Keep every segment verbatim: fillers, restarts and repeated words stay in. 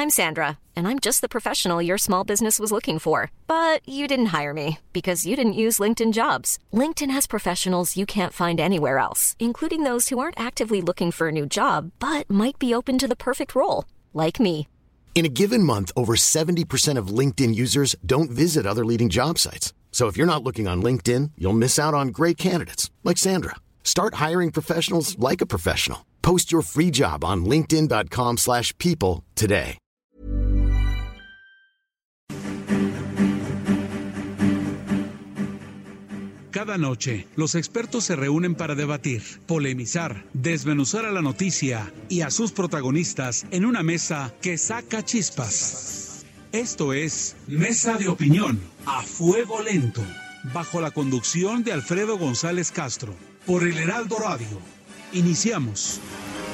I'm Sandra, and I'm just the professional your small business was looking for. But you didn't hire me because you didn't use LinkedIn Jobs. LinkedIn has professionals you can't find anywhere else, including those who aren't actively looking for a new job, but might be open to the perfect role, like me. In a given month, over seventy percent of LinkedIn users don't visit other leading job sites. So if you're not looking on LinkedIn, you'll miss out on great candidates like Sandra. Start hiring professionals like a professional. Post your free job on linkedin dot com slash people today. Cada noche, los expertos se reúnen para debatir, polemizar, desmenuzar a la noticia y a sus protagonistas en una mesa que saca chispas. Esto es Mesa de Opinión, a Fuego Lento, bajo la conducción de Alfredo González Castro, por el Heraldo Radio. Iniciamos.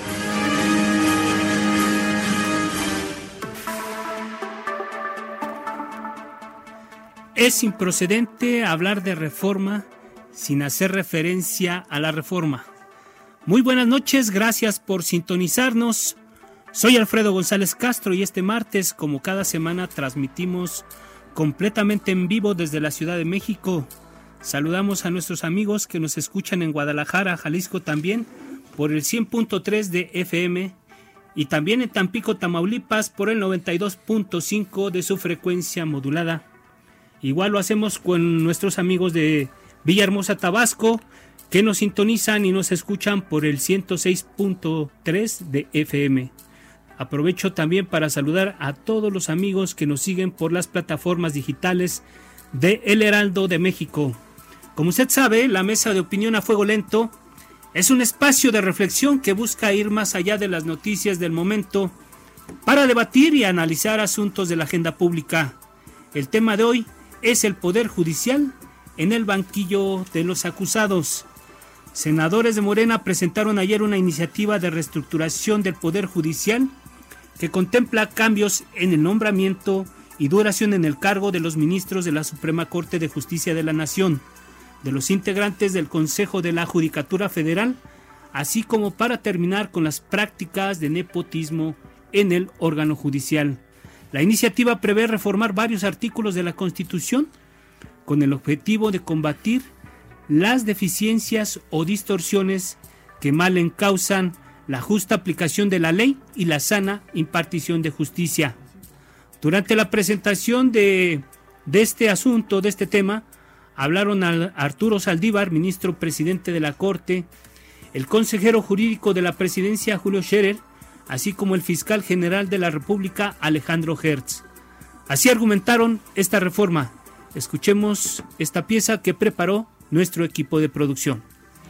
Es improcedente hablar de reforma sin hacer referencia a la reforma. Muy buenas noches, gracias por sintonizarnos. Soy Alfredo González Castro y este martes, como cada semana, transmitimos completamente en vivo desde la Ciudad de México. Saludamos a nuestros amigos que nos escuchan en Guadalajara, Jalisco también, por el cien punto tres de F M y también en Tampico, Tamaulipas, por el noventa y dos punto cinco de su frecuencia modulada. Igual lo hacemos con nuestros amigos de Villahermosa, Tabasco, que nos sintonizan y nos escuchan por el ciento seis punto tres de F M. Aprovecho también para saludar a todos los amigos que nos siguen por las plataformas digitales de El Heraldo de México. Como usted sabe, la Mesa de Opinión a Fuego Lento es un espacio de reflexión que busca ir más allá de las noticias del momento para debatir y analizar asuntos de la agenda pública. El tema de hoy es el Poder Judicial en el banquillo de los acusados. Senadores de Morena presentaron ayer una iniciativa de reestructuración del Poder Judicial que contempla cambios en el nombramiento y duración en el cargo de los ministros de la Suprema Corte de Justicia de la Nación, de los integrantes del Consejo de la Judicatura Federal, así como para terminar con las prácticas de nepotismo en el órgano judicial. La iniciativa prevé reformar varios artículos de la Constitución con el objetivo de combatir las deficiencias o distorsiones que mal encausan la justa aplicación de la ley y la sana impartición de justicia. Durante la presentación de, de este asunto, de este tema, hablaron a Arturo Saldívar, ministro presidente de la Corte, el consejero jurídico de la Presidencia, Julio Scherer, así como el fiscal general de la República, Alejandro Hertz. Así argumentaron esta reforma. Escuchemos esta pieza que preparó nuestro equipo de producción.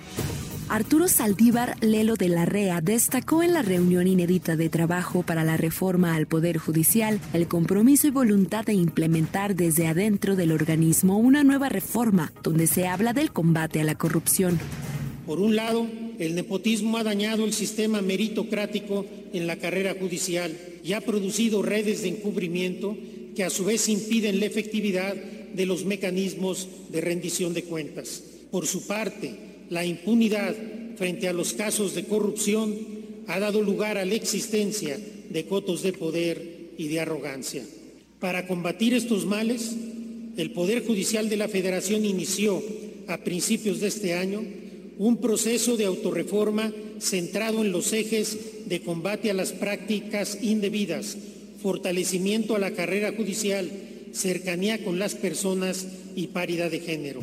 Arturo Saldívar Lelo de la Rea destacó en la reunión inédita de trabajo para la reforma al Poder Judicial el compromiso y voluntad de implementar desde adentro del organismo una nueva reforma donde se habla del combate a la corrupción. Por un lado, el nepotismo ha dañado el sistema meritocrático en la carrera judicial y ha producido redes de encubrimiento que a su vez impiden la efectividad de los mecanismos de rendición de cuentas. Por su parte, la impunidad frente a los casos de corrupción ha dado lugar a la existencia de cotos de poder y de arrogancia. Para combatir estos males, el Poder Judicial de la Federación inició a principios de este año un proceso de autorreforma centrado en los ejes de combate a las prácticas indebidas, fortalecimiento a la carrera judicial, cercanía con las personas y paridad de género.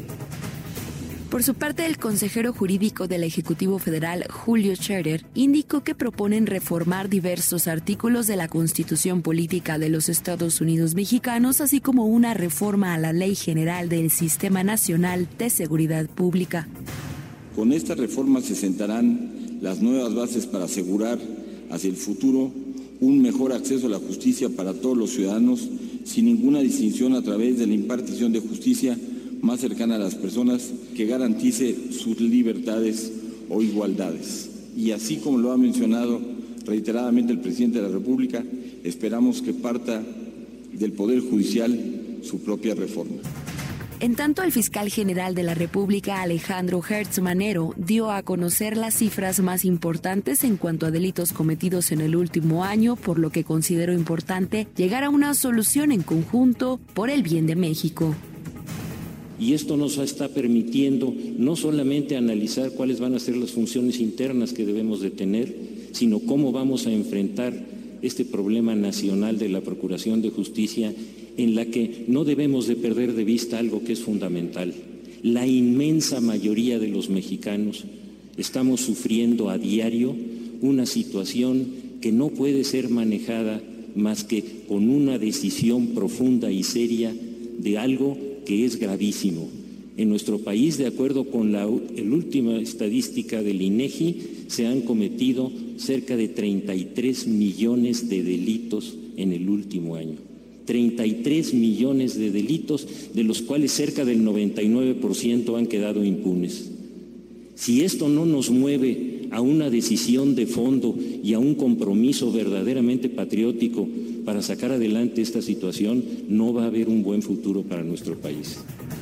Por su parte, el consejero jurídico del Ejecutivo Federal, Julio Scherer, indicó que proponen reformar diversos artículos de la Constitución Política de los Estados Unidos Mexicanos, así como una reforma a la Ley General del Sistema Nacional de Seguridad Pública. Con esta reforma se sentarán las nuevas bases para asegurar hacia el futuro un mejor acceso a la justicia para todos los ciudadanos, sin ninguna distinción, a través de la impartición de justicia más cercana a las personas, que garantice sus libertades o igualdades. Y así como lo ha mencionado reiteradamente el presidente de la República, esperamos que parta del Poder Judicial su propia reforma. En tanto, el fiscal general de la República, Alejandro Hertz Manero, dio a conocer las cifras más importantes en cuanto a delitos cometidos en el último año, por lo que consideró importante llegar a una solución en conjunto por el bien de México. Y esto nos está permitiendo no solamente analizar cuáles van a ser las funciones internas que debemos de tener, sino cómo vamos a enfrentar este problema nacional de la Procuración de Justicia, en la que no debemos de perder de vista algo que es fundamental. La inmensa mayoría de los mexicanos estamos sufriendo a diario una situación que no puede ser manejada más que con una decisión profunda y seria de algo que es gravísimo. En nuestro país, de acuerdo con la, la última estadística del INEGI, se han cometido cerca de treinta y tres millones de delitos en el último año. treinta y tres millones de delitos, de los cuales cerca del noventa y nueve por ciento han quedado impunes. Si esto no nos mueve a una decisión de fondo y a un compromiso verdaderamente patriótico para sacar adelante esta situación, no va a haber un buen futuro para nuestro país.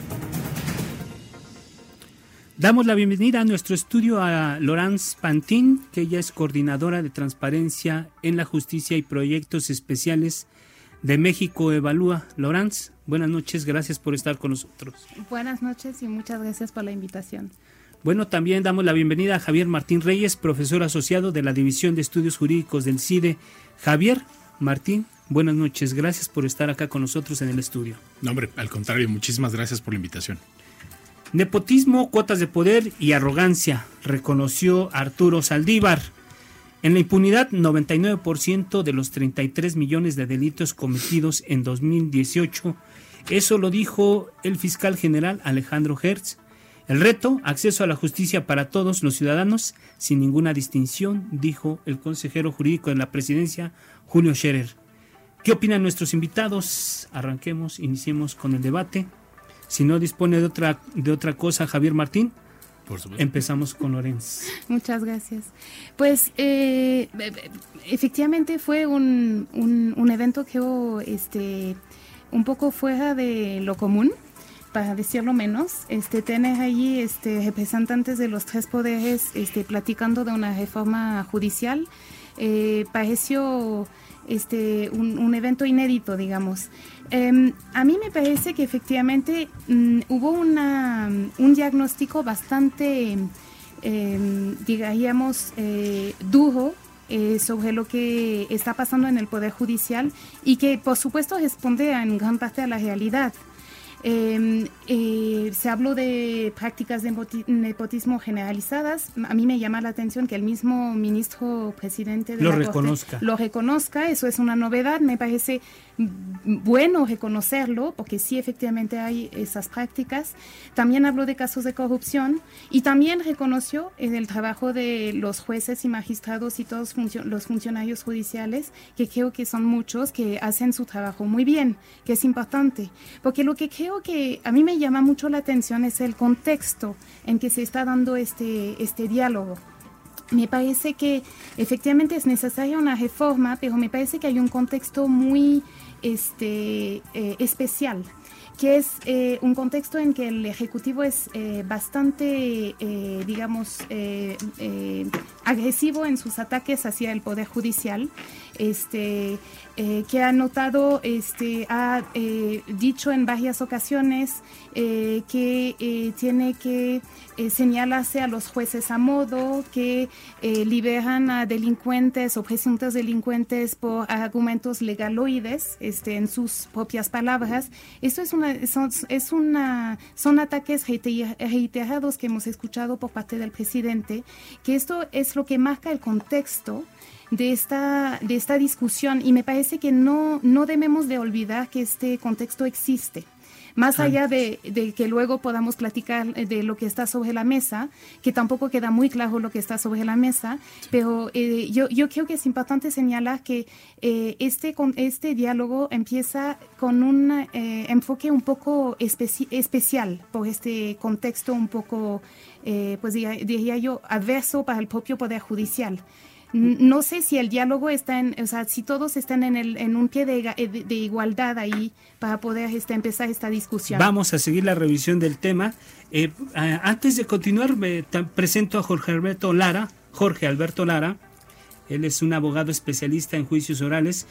Damos la bienvenida a nuestro estudio a Laurence Pantin, que ella es coordinadora de transparencia en la justicia y proyectos especiales de México Evalúa. Laurence, buenas noches, gracias por estar con nosotros. Buenas noches y muchas gracias por la invitación. Bueno, también damos la bienvenida a Javier Martín Reyes, profesor asociado de la División de Estudios Jurídicos del CIDE. Javier Martín, buenas noches, gracias por estar acá con nosotros en el estudio. No, hombre, al contrario, muchísimas gracias por la invitación. Nepotismo, cuotas de poder y arrogancia, reconoció Arturo Saldívar. En la impunidad, noventa y nueve por ciento de los treinta y tres millones de delitos cometidos en dos mil dieciocho. Eso lo dijo el fiscal general Alejandro Hertz. El reto, acceso a la justicia para todos los ciudadanos, sin ninguna distinción, dijo el consejero jurídico de la presidencia, Julio Scherer. ¿Qué opinan nuestros invitados? Arranquemos, iniciemos con el debate. Si no dispone de otra, de otra cosa, Javier Martín, por supuesto, empezamos con Laurence. Muchas gracias. Pues eh, efectivamente fue un, un, un evento que este, un poco fuera de lo común, para decirlo menos. Este, tener allí este, representantes de los tres poderes este, platicando de una reforma judicial eh, pareció este, un, un evento inédito, digamos. Eh, a mí me parece que efectivamente um, hubo una, un diagnóstico bastante, eh, diríamos, eh, duro eh, sobre lo que está pasando en el Poder Judicial y que, por supuesto, responde en gran parte a la realidad. Eh, eh, se habló de prácticas de nepotismo generalizadas. A mí me llama la atención que el mismo ministro presidente de lo la reconozca. Corte lo reconozca. Eso es una novedad. Me parece bueno reconocerlo, porque sí, efectivamente hay esas prácticas. También habló de casos de corrupción y también reconoció en el trabajo de los jueces y magistrados y todos funcio- los funcionarios judiciales, que creo que son muchos, que hacen su trabajo muy bien, que es importante. Porque lo que creo que a mí me llama mucho la atención es el contexto en que se está dando este, este diálogo. Me parece que efectivamente es necesaria una reforma, pero me parece que hay un contexto muy este, eh, especial, que es eh, un contexto en que el Ejecutivo es eh, bastante, eh, digamos, eh, eh, agresivo en sus ataques hacia el Poder Judicial, este, eh, que ha notado, este, ha eh, dicho en varias ocasiones eh, que eh, tiene que eh, señalarse a los jueces a modo, que eh, liberan a delincuentes o presuntos delincuentes por argumentos legaloides, este, en sus propias palabras. Esto es una, son, es una, son ataques reiterados que hemos escuchado por parte del presidente, que esto es lo que marca el contexto de esta, de esta discusión, y me parece que no, no debemos de olvidar que este contexto existe. Más allá de, de que luego podamos platicar de lo que está sobre la mesa, que tampoco queda muy claro lo que está sobre la mesa, sí. pero eh, yo, yo creo que es importante señalar que eh, este, con, este diálogo empieza con un eh, enfoque un poco especi- especial por este contexto un poco, eh, pues diría, diría yo, adverso para el propio Poder Judicial. No sé si el diálogo está en, o sea, si todos están en, el, en un pie de, de, de igualdad ahí para poder este, empezar esta discusión. Vamos a seguir la revisión del tema. Eh, antes de continuar, me presento a Jorge Alberto Lara. Jorge Alberto Lara, él es un abogado especialista en juicios orales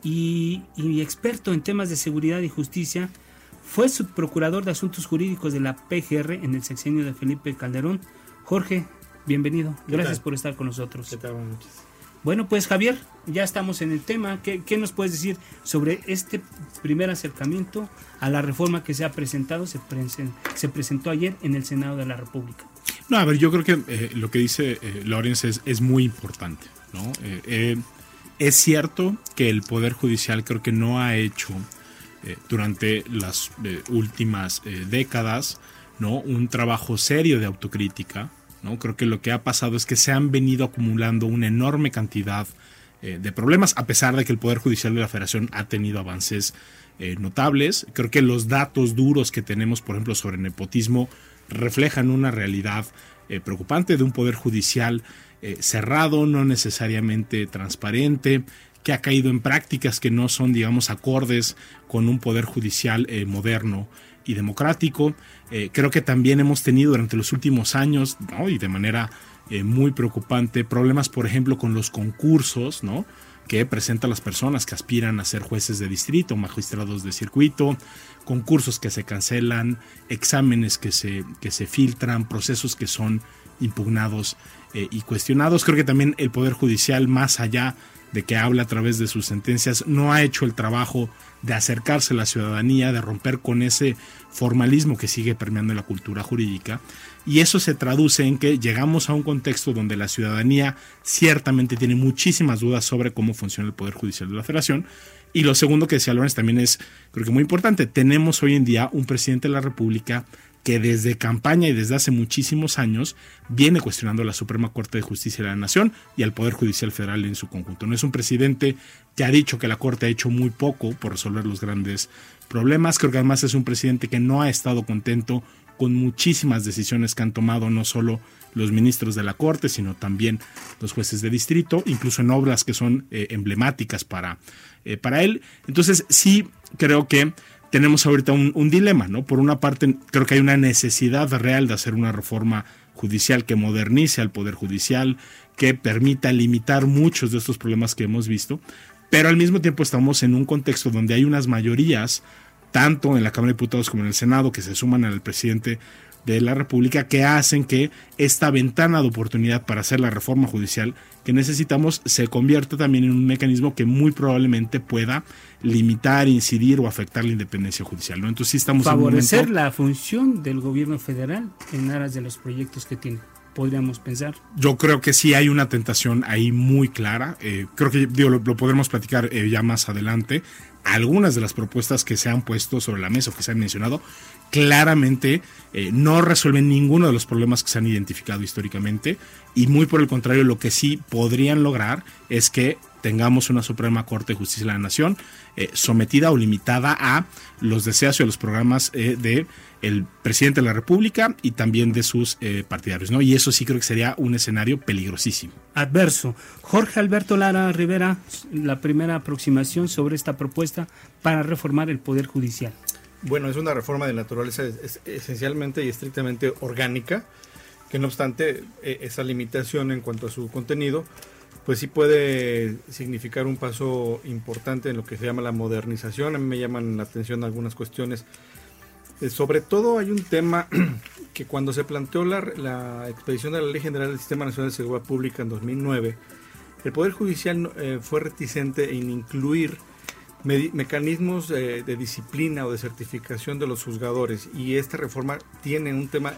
y, y experto en temas de seguridad y justicia. Fue subprocurador de Asuntos Jurídicos de la P G R en el sexenio de Felipe Calderón. Jorge, bienvenido. Gracias por estar con nosotros. ¿Qué tal? Buenas noches. Bueno, pues Javier, ya estamos en el tema. ¿Qué, qué nos puedes decir sobre este primer acercamiento a la reforma que se ha presentado, se, pre se presentó ayer en el Senado de la República? No, a ver, yo creo que eh, lo que dice eh, Lorenz es, es muy importante, ¿no? Eh, eh, es cierto que el Poder Judicial creo que no ha hecho eh, durante las eh, últimas eh, décadas, ¿no?, un trabajo serio de autocrítica, ¿no? Creo que lo que ha pasado es que se han venido acumulando una enorme cantidad eh, de problemas, a pesar de que el Poder Judicial de la Federación ha tenido avances eh, notables. Creo que los datos duros que tenemos, por ejemplo, sobre nepotismo, reflejan una realidad eh, preocupante de un Poder Judicial eh, cerrado, no necesariamente transparente, que ha caído en prácticas que no son, digamos, acordes con un Poder Judicial eh, moderno y democrático. Eh, creo que también hemos tenido durante los últimos años, ¿no?, y de manera eh, muy preocupante, problemas, por ejemplo, con los concursos, ¿no?, que presentan las personas que aspiran a ser jueces de distrito, magistrados de circuito, concursos que se cancelan, exámenes que se, que se filtran, procesos que son impugnados eh, y cuestionados. Creo que también el Poder Judicial, más allá de que habla a través de sus sentencias, no ha hecho el trabajo de acercarse a la ciudadanía, de romper con ese formalismo que sigue permeando la cultura jurídica, y eso se traduce en que llegamos a un contexto donde la ciudadanía ciertamente tiene muchísimas dudas sobre cómo funciona el Poder Judicial de la Federación. Y lo segundo que decía Lorenz también es, creo que muy importante, tenemos hoy en día un presidente de la República que desde campaña y desde hace muchísimos años viene cuestionando a la Suprema Corte de Justicia de la Nación y al Poder Judicial Federal en su conjunto. No es un presidente que ha dicho que la Corte ha hecho muy poco por resolver los grandes problemas. Creo que además es un presidente que no ha estado contento con muchísimas decisiones que han tomado no solo los ministros de la Corte, sino también los jueces de distrito, incluso en obras que son eh, emblemáticas para, eh, para él. Entonces sí creo que tenemos ahorita un, un dilema, ¿no? Por una parte, creo que hay una necesidad real de hacer una reforma judicial que modernice al Poder Judicial, que permita limitar muchos de estos problemas que hemos visto, pero al mismo tiempo estamos en un contexto donde hay unas mayorías, tanto en la Cámara de Diputados como en el Senado, que se suman al presidente de la República, que hacen que esta ventana de oportunidad para hacer la reforma judicial que necesitamos se convierta también en un mecanismo que muy probablemente pueda limitar, incidir o afectar la independencia judicial, ¿no? Entonces sí estamos favorecer en un momento, la función del gobierno federal en aras de los proyectos que tiene, podríamos pensar. Yo creo que sí hay una tentación ahí muy clara. Eh, creo que digo, lo, lo podremos platicar eh, ya más adelante. Algunas de las propuestas que se han puesto sobre la mesa o que se han mencionado claramente eh, no resuelven ninguno de los problemas que se han identificado históricamente, y muy por el contrario, lo que sí podrían lograr es que tengamos una Suprema Corte de Justicia de la Nación eh, sometida o limitada a los deseos y a los programas eh, de el presidente de la República y también de sus eh, partidarios, ¿no? Y eso sí creo que sería un escenario peligrosísimo. Adverso. Jorge Alberto Lara Rivera, la primera aproximación sobre esta propuesta para reformar el Poder Judicial. Bueno, es una reforma de naturaleza es, es, esencialmente y estrictamente orgánica, que no obstante eh, esa limitación en cuanto a su contenido, pues sí puede significar un paso importante en lo que se llama la modernización. A mí me llaman la atención algunas cuestiones. Eh, sobre todo hay un tema que cuando se planteó la, la expedición de la Ley General del Sistema Nacional de Seguridad Pública en dos mil nueve, el Poder Judicial eh, fue reticente en incluir me, mecanismos eh, de disciplina o de certificación de los juzgadores, y esta reforma tiene un tema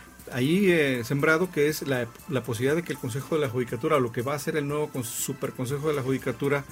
ahí eh, sembrado, que es la, la posibilidad de que el Consejo de la Judicatura, o lo que va a ser el nuevo Superconsejo de la Judicatura,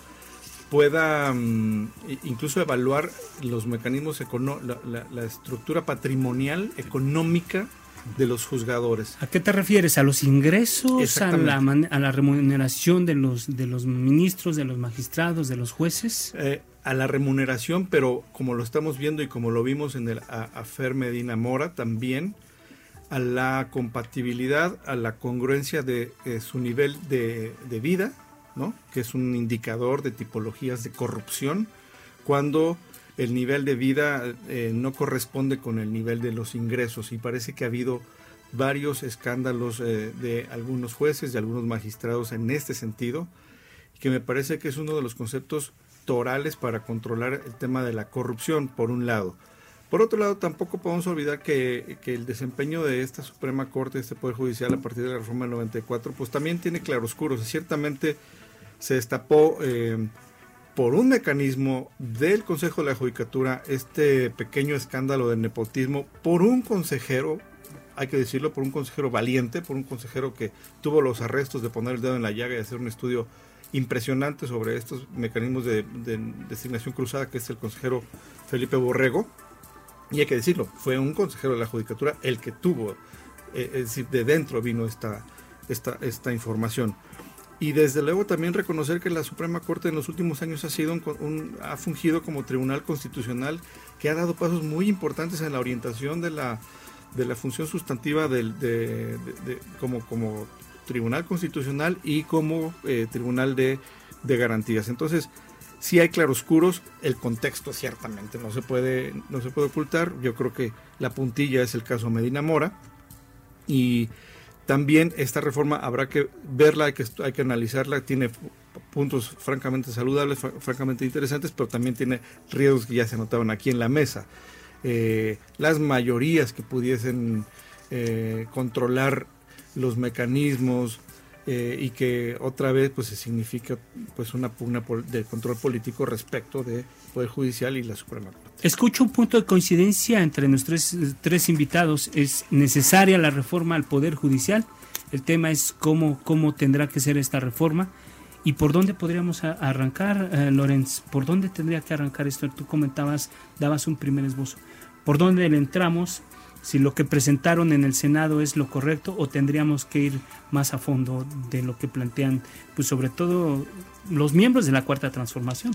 pueda um, incluso evaluar los mecanismos, econo- la, la, la estructura patrimonial económica de los juzgadores. ¿A qué te refieres? ¿A los ingresos? ¿A la, man- a la remuneración de los, de los ministros, de los magistrados, de los jueces? Eh, a la remuneración, pero como lo estamos viendo y como lo vimos en el a, a Fer Medina Mora también, a la compatibilidad, a la congruencia de eh, su nivel de, de vida, ¿no? Que es un indicador de tipologías de corrupción, cuando el nivel de vida eh, no corresponde con el nivel de los ingresos, y parece que ha habido varios escándalos eh, de algunos jueces, de algunos magistrados en este sentido, que me parece que es uno de los conceptos torales para controlar el tema de la corrupción, por un lado. Por otro lado, tampoco podemos olvidar que, que el desempeño de esta Suprema Corte, de este Poder Judicial, a partir de la reforma del noventa y cuatro, pues también tiene claroscuros. Ciertamente se destapó eh, por un mecanismo del Consejo de la Judicatura este pequeño escándalo de nepotismo por un consejero, hay que decirlo, por un consejero valiente, por un consejero que tuvo los arrestos de poner el dedo en la llaga y hacer un estudio impresionante sobre estos mecanismos de, de designación cruzada, que es el consejero Felipe Borrego. Y hay que decirlo, fue un consejero de la Judicatura el que tuvo, eh, es decir, de dentro vino esta, esta, esta información. Y desde luego también reconocer que la Suprema Corte en los últimos años ha sido un, un, ha fungido como tribunal constitucional que ha dado pasos muy importantes en la orientación de la, de la función sustantiva del, de, de, de, como, como tribunal constitucional y como eh, tribunal de, de garantías. Entonces, sí hay claroscuros, el contexto ciertamente no se puede, no se puede ocultar. Yo creo que la puntilla es el caso Medina Mora, y también esta reforma habrá que verla, hay que, hay que analizarla, tiene puntos francamente saludables, fr- francamente interesantes, pero también tiene riesgos que ya se anotaban aquí en la mesa. Eh, las mayorías que pudiesen eh, controlar los mecanismos, eh, y que otra vez pues se significa pues una pugna por, de control político respecto del Poder Judicial y la Suprema Corte. Escucho un punto de coincidencia entre nuestros tres, tres invitados. Es necesaria la reforma al Poder Judicial. El tema es cómo, cómo tendrá que ser esta reforma y por dónde podríamos a, arrancar, eh, Lorenz. ¿Por dónde tendría que arrancar esto? Tú comentabas, dabas un primer esbozo. ¿Por dónde le entramos? Si lo que presentaron en el Senado es lo correcto o tendríamos que ir más a fondo de lo que plantean, pues sobre todo los miembros de la Cuarta Transformación.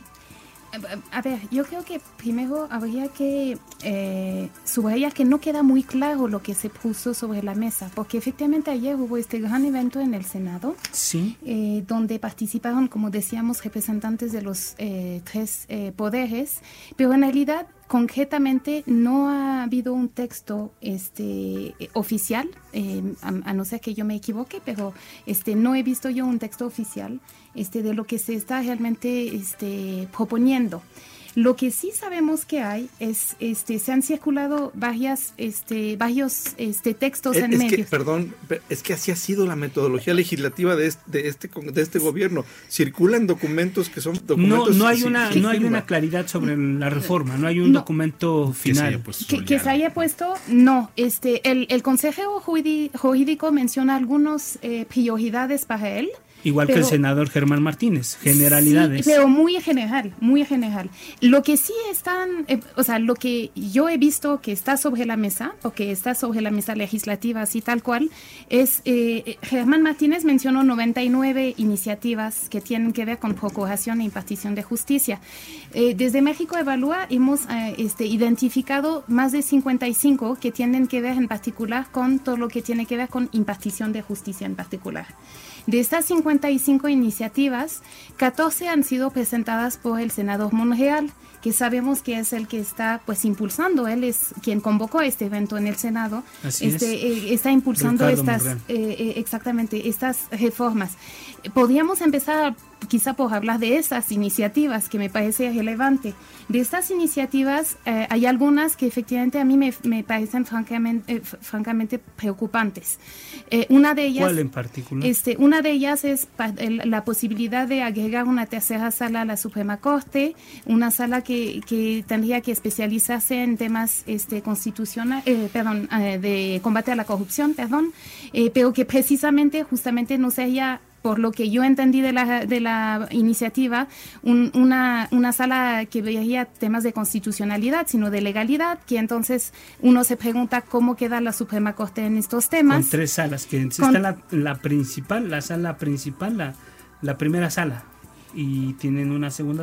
A ver, yo creo que primero habría que eh, subrayar que no queda muy claro lo que se puso sobre la mesa, porque efectivamente ayer hubo este gran evento en el Senado, sí, eh, donde participaron, como decíamos, representantes de los eh, tres eh, poderes, pero en realidad concretamente no ha habido un texto este oficial, eh, a, a no ser que yo me equivoque, pero este no he visto yo un texto oficial este de lo que se está realmente este proponiendo. Lo que sí sabemos que hay es, este, se han circulado varias, este, varios este, textos es, en es medios. Que, perdón, es que así ha sido la metodología legislativa de este, de este, de este gobierno. Circulan documentos que son documentos... No, no hay una, no hay una claridad sobre la reforma, no hay un no. documento final. Que, que se haya puesto, no. Este, el, el consejero jurídico menciona algunas eh, prioridades para él. Igual pero, que el senador Germán Martínez, generalidades. Sí, pero muy general, muy general. Lo que sí están, eh, o sea, lo que yo he visto que está sobre la mesa, o que está sobre la mesa legislativa, así tal cual, es, eh, Germán Martínez mencionó noventa y nueve iniciativas que tienen que ver con procuración e impartición de justicia. Eh, desde México Evalúa hemos eh, este, identificado más de cincuenta y cinco que tienen que ver en particular con todo lo que tiene que ver con impartición de justicia en particular. De estas cincuenta y cinco iniciativas, catorce han sido presentadas por el senador Monreal, que sabemos que es el que está pues impulsando, él es quien convocó este evento en el Senado. Así este, es. Eh, está impulsando Ricardo estas eh, eh, exactamente estas reformas. Podríamos empezar quizá por hablar de esas iniciativas, que me parece relevante. De estas iniciativas eh, hay algunas que efectivamente a mí me, me parecen francamente, eh, francamente preocupantes. Eh, una de ellas, ¿cuál en particular? Este, una de ellas es pa- el, la posibilidad de agregar una tercera sala a la Suprema Corte, una sala que, que tendría que especializarse en temas este, constitucionales, eh, perdón, eh, de combate a la corrupción, perdón, eh, pero que precisamente, justamente no sería, por lo que yo entendí de la, de la iniciativa, un, una, una sala que vería temas de constitucionalidad, sino de legalidad, que entonces uno se pregunta cómo queda la Suprema Corte en estos temas. Con tres salas, que Con, está la, la principal, la sala principal, la, la primera sala, y tienen una segunda sala.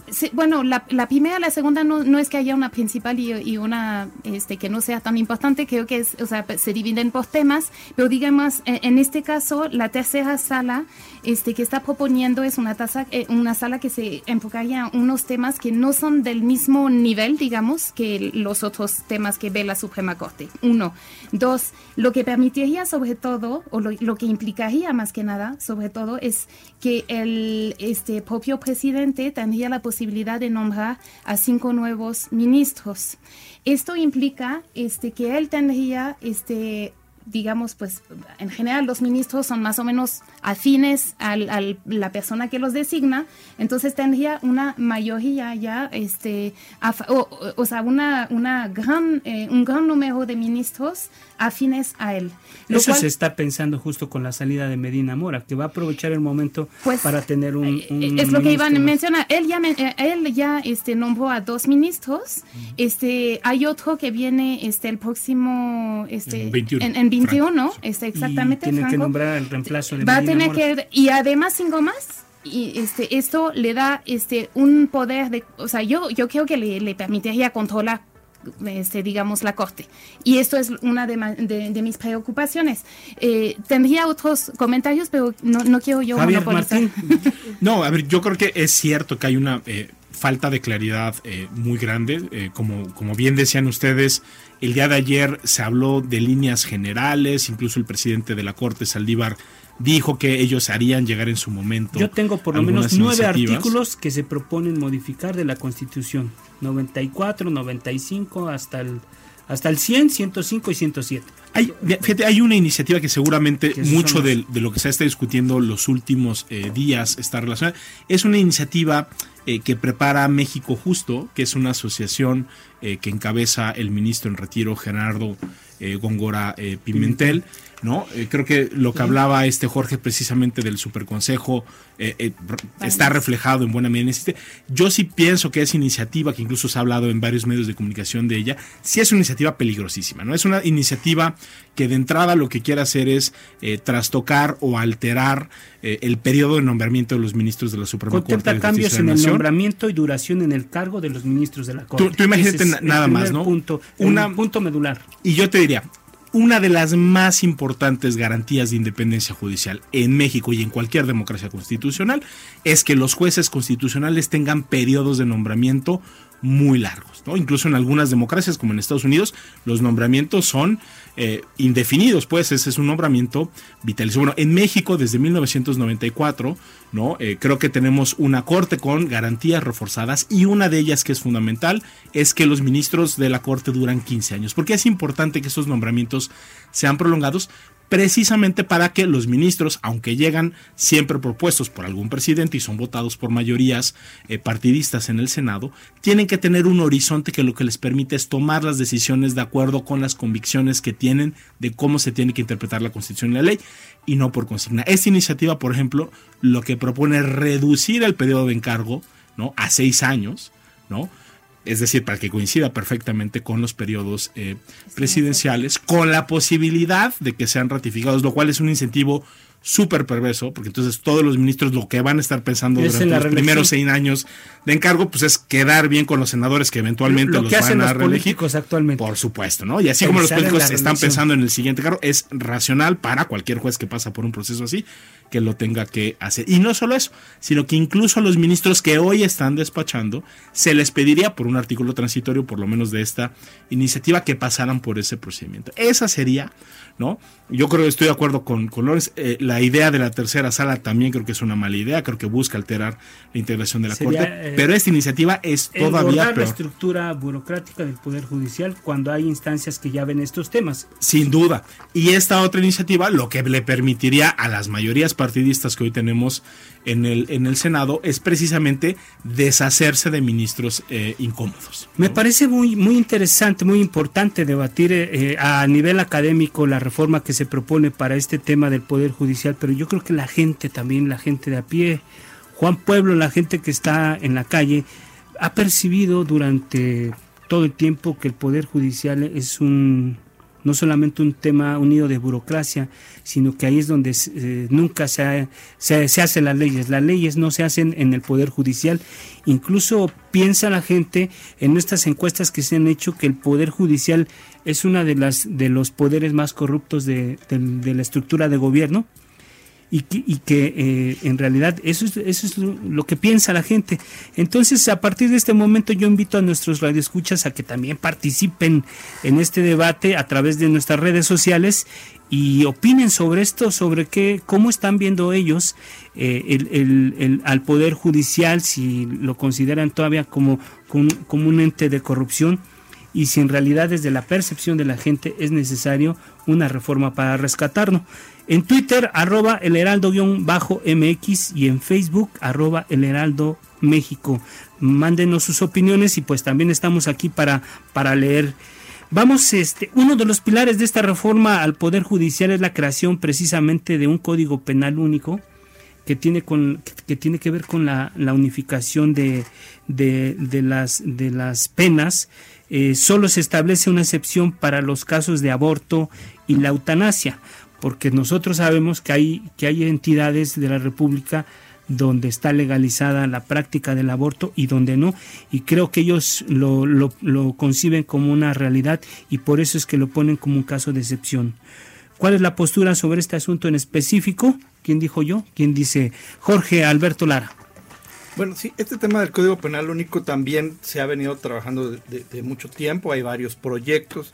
Sí, bueno, la, la primera y la segunda no, no es que haya una principal y, y una este, que no sea tan importante, creo que es, o sea, se dividen por temas, pero digamos, en, en este caso, la tercera sala este, que está proponiendo es una, tasa, eh, una sala que se enfocaría a unos temas que no son del mismo nivel, digamos, que los otros temas que ve la Suprema Corte. Uno. Dos, lo que permitiría sobre todo, o lo, lo que implicaría más que nada, sobre todo, es que el este, propio presidente tendría la posibilidad de nombrar a cinco nuevos ministros. Esto implica este, que él tendría, este, digamos, pues en general los ministros son más o menos afines a la persona que los designa, entonces tendría una mayoría ya, este, a, o, o sea, una, una gran, eh, un gran número de ministros afines a él. Lo Eso cual, se está pensando justo con la salida de Medina Mora, que va a aprovechar el momento pues, para tener un, un es lo que iban a mencionar. Él ya, él ya este, nombró a dos ministros. Uh-huh. Este, hay otro que viene este, el próximo este, en veintiuno, en, en veintiuno este, exactamente. Y tiene Franco, que nombrar el reemplazo de va Medina a tener Mora. Que, y además cinco más. Y este, esto le da este, un poder de, o sea, yo, yo creo que le, le permitiría controlar Este, digamos, la Corte. Y esto es una de, de, de mis preocupaciones. Eh, tendría otros comentarios, pero no, no quiero yo Javier monopolizar. Martín. No, a ver, yo creo que es cierto que hay una eh, falta de claridad eh, muy grande. Eh, como, como bien decían ustedes, el día de ayer se habló de líneas generales, incluso el presidente de la Corte, Saldívar, dijo que ellos harían llegar en su momento. Yo tengo por lo menos nueve artículos que se proponen modificar de la Constitución. noventa y cuatro, noventa y cinco, hasta el, hasta el cien, ciento cinco y ciento siete. Hay, fíjate, hay una iniciativa que seguramente que mucho de, de lo que se está discutiendo los últimos eh, días está relacionada. Es una iniciativa eh, que prepara México Justo, que es una asociación eh, que encabeza el ministro en retiro Gerardo eh, Góngora eh, Pimentel. ¿No? Eh, creo que lo que hablaba este Jorge precisamente del superconsejo eh, eh, está reflejado en buena medida. Yo sí pienso que esa iniciativa, que incluso se ha hablado en varios medios de comunicación de ella, sí es una iniciativa peligrosísima, ¿no? Es una iniciativa que de entrada lo que quiere hacer es eh, trastocar o alterar eh, el periodo de nombramiento de los ministros de la Suprema Corte de Justicia de la Nación. Contempla cambios en el nombramiento y duración en el cargo de los ministros de la Corte. Tú, tú imagínate na- nada más, ¿no? Punto, una, punto medular. Y yo te diría, una de las más importantes garantías de independencia judicial en México y en cualquier democracia constitucional es que los jueces constitucionales tengan periodos de nombramiento muy largos, ¿no? Incluso en algunas democracias como en Estados Unidos los nombramientos son eh, indefinidos, pues ese es un nombramiento vitalicio. Bueno, en México desde mil novecientos noventa y cuatro, ¿no? Eh, creo que tenemos una corte con garantías reforzadas y una de ellas que es fundamental es que los ministros de la corte duran quince años, porque es importante que estos nombramientos sean prolongados precisamente para que los ministros, aunque llegan siempre propuestos por algún presidente y son votados por mayorías eh, partidistas en el Senado, tienen que tener un horizonte que lo que les permite es tomar las decisiones de acuerdo con las convicciones que tienen de cómo se tiene que interpretar la Constitución y la ley y no por consigna. Esta iniciativa, por ejemplo, lo que propone es reducir el periodo de encargo, ¿no?, a seis años, ¿no? Es decir, para que coincida perfectamente con los periodos eh, presidenciales, con la posibilidad de que sean ratificados, lo cual es un incentivo súper perverso, porque entonces todos los ministros lo que van a estar pensando durante los reelección. primeros seis años de encargo, pues es quedar bien con los senadores que eventualmente lo, lo los que van hacen a los reelegir. Políticos actualmente. Por supuesto, ¿no? Y así como los políticos están pensando en el siguiente cargo, es racional para cualquier juez que pasa por un proceso así, que lo tenga que hacer. Y no solo eso, sino que incluso a los ministros que hoy están despachando, se les pediría por un artículo transitorio, por lo menos de esta iniciativa, que pasaran por ese procedimiento. Esa sería, ¿no? Yo creo que estoy de acuerdo con, con Lorenz. Eh, la idea de la tercera sala también creo que es una mala idea, creo que busca alterar la integración de la Sería, Corte, eh, pero esta iniciativa es todavía peor. La estructura burocrática del Poder Judicial cuando hay instancias que ya ven estos temas. Sin duda. Y esta otra iniciativa lo que le permitiría a las mayorías partidistas que hoy tenemos en el, en el Senado es precisamente deshacerse de ministros eh, incómodos, ¿no? Me parece muy, muy interesante, muy importante debatir eh, a nivel académico la reforma que se propone para este tema del Poder Judicial, pero yo creo que la gente también, la gente de a pie, Juan Pueblo, la gente que está en la calle, ha percibido durante todo el tiempo que el Poder Judicial es un no solamente un tema unido de burocracia, sino que ahí es donde eh, nunca se, se, se hacen las leyes. Las leyes no se hacen en el Poder Judicial. Incluso piensa la gente en estas encuestas que se han hecho que el Poder Judicial es una de las de los poderes más corruptos de, de, de la estructura de gobierno. Y que, y que eh, en realidad eso es, eso es lo, lo que piensa la gente. Entonces, a partir de este momento yo invito a nuestros radioescuchas a que también participen en este debate a través de nuestras redes sociales y opinen sobre esto, sobre qué, cómo están viendo ellos eh, el, el, el, al Poder Judicial, si lo consideran todavía como, como, como un ente de corrupción, y si en realidad desde la percepción de la gente es necesario una reforma para rescatarlo. En Twitter, arroba el heraldo-M X y en Facebook, arroba el heraldo México. Mándenos sus opiniones y pues también estamos aquí para, para leer. Vamos, este, uno de los pilares de esta reforma al Poder Judicial es la creación precisamente de un código penal único que tiene con que tiene que ver con la, la unificación de, de, de las de las penas. Eh, solo se establece una excepción para los casos de aborto y la eutanasia, porque nosotros sabemos que hay que hay entidades de la República donde está legalizada la práctica del aborto y donde no, y creo que ellos lo, lo, lo conciben como una realidad y por eso es que lo ponen como un caso de excepción. ¿Cuál es la postura sobre este asunto en específico? ¿Quién dijo yo? ¿Quién dice? Jorge Alberto Lara. Bueno, sí, este tema del Código Penal Único también se ha venido trabajando de, de, de mucho tiempo, hay varios proyectos.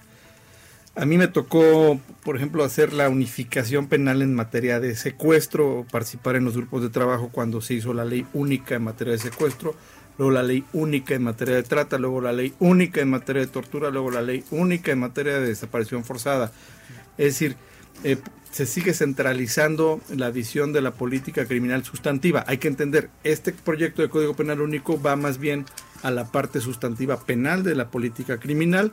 A mí me tocó, por ejemplo, hacer la unificación penal en materia de secuestro, participar en los grupos de trabajo cuando se hizo la ley única en materia de secuestro, luego la ley única en materia de trata, luego la ley única en materia de tortura, luego la ley única en materia de desaparición forzada. Es decir, eh, se sigue centralizando la visión de la política criminal sustantiva. Hay que entender, este proyecto de Código Penal Único va más bien a la parte sustantiva penal de la política criminal.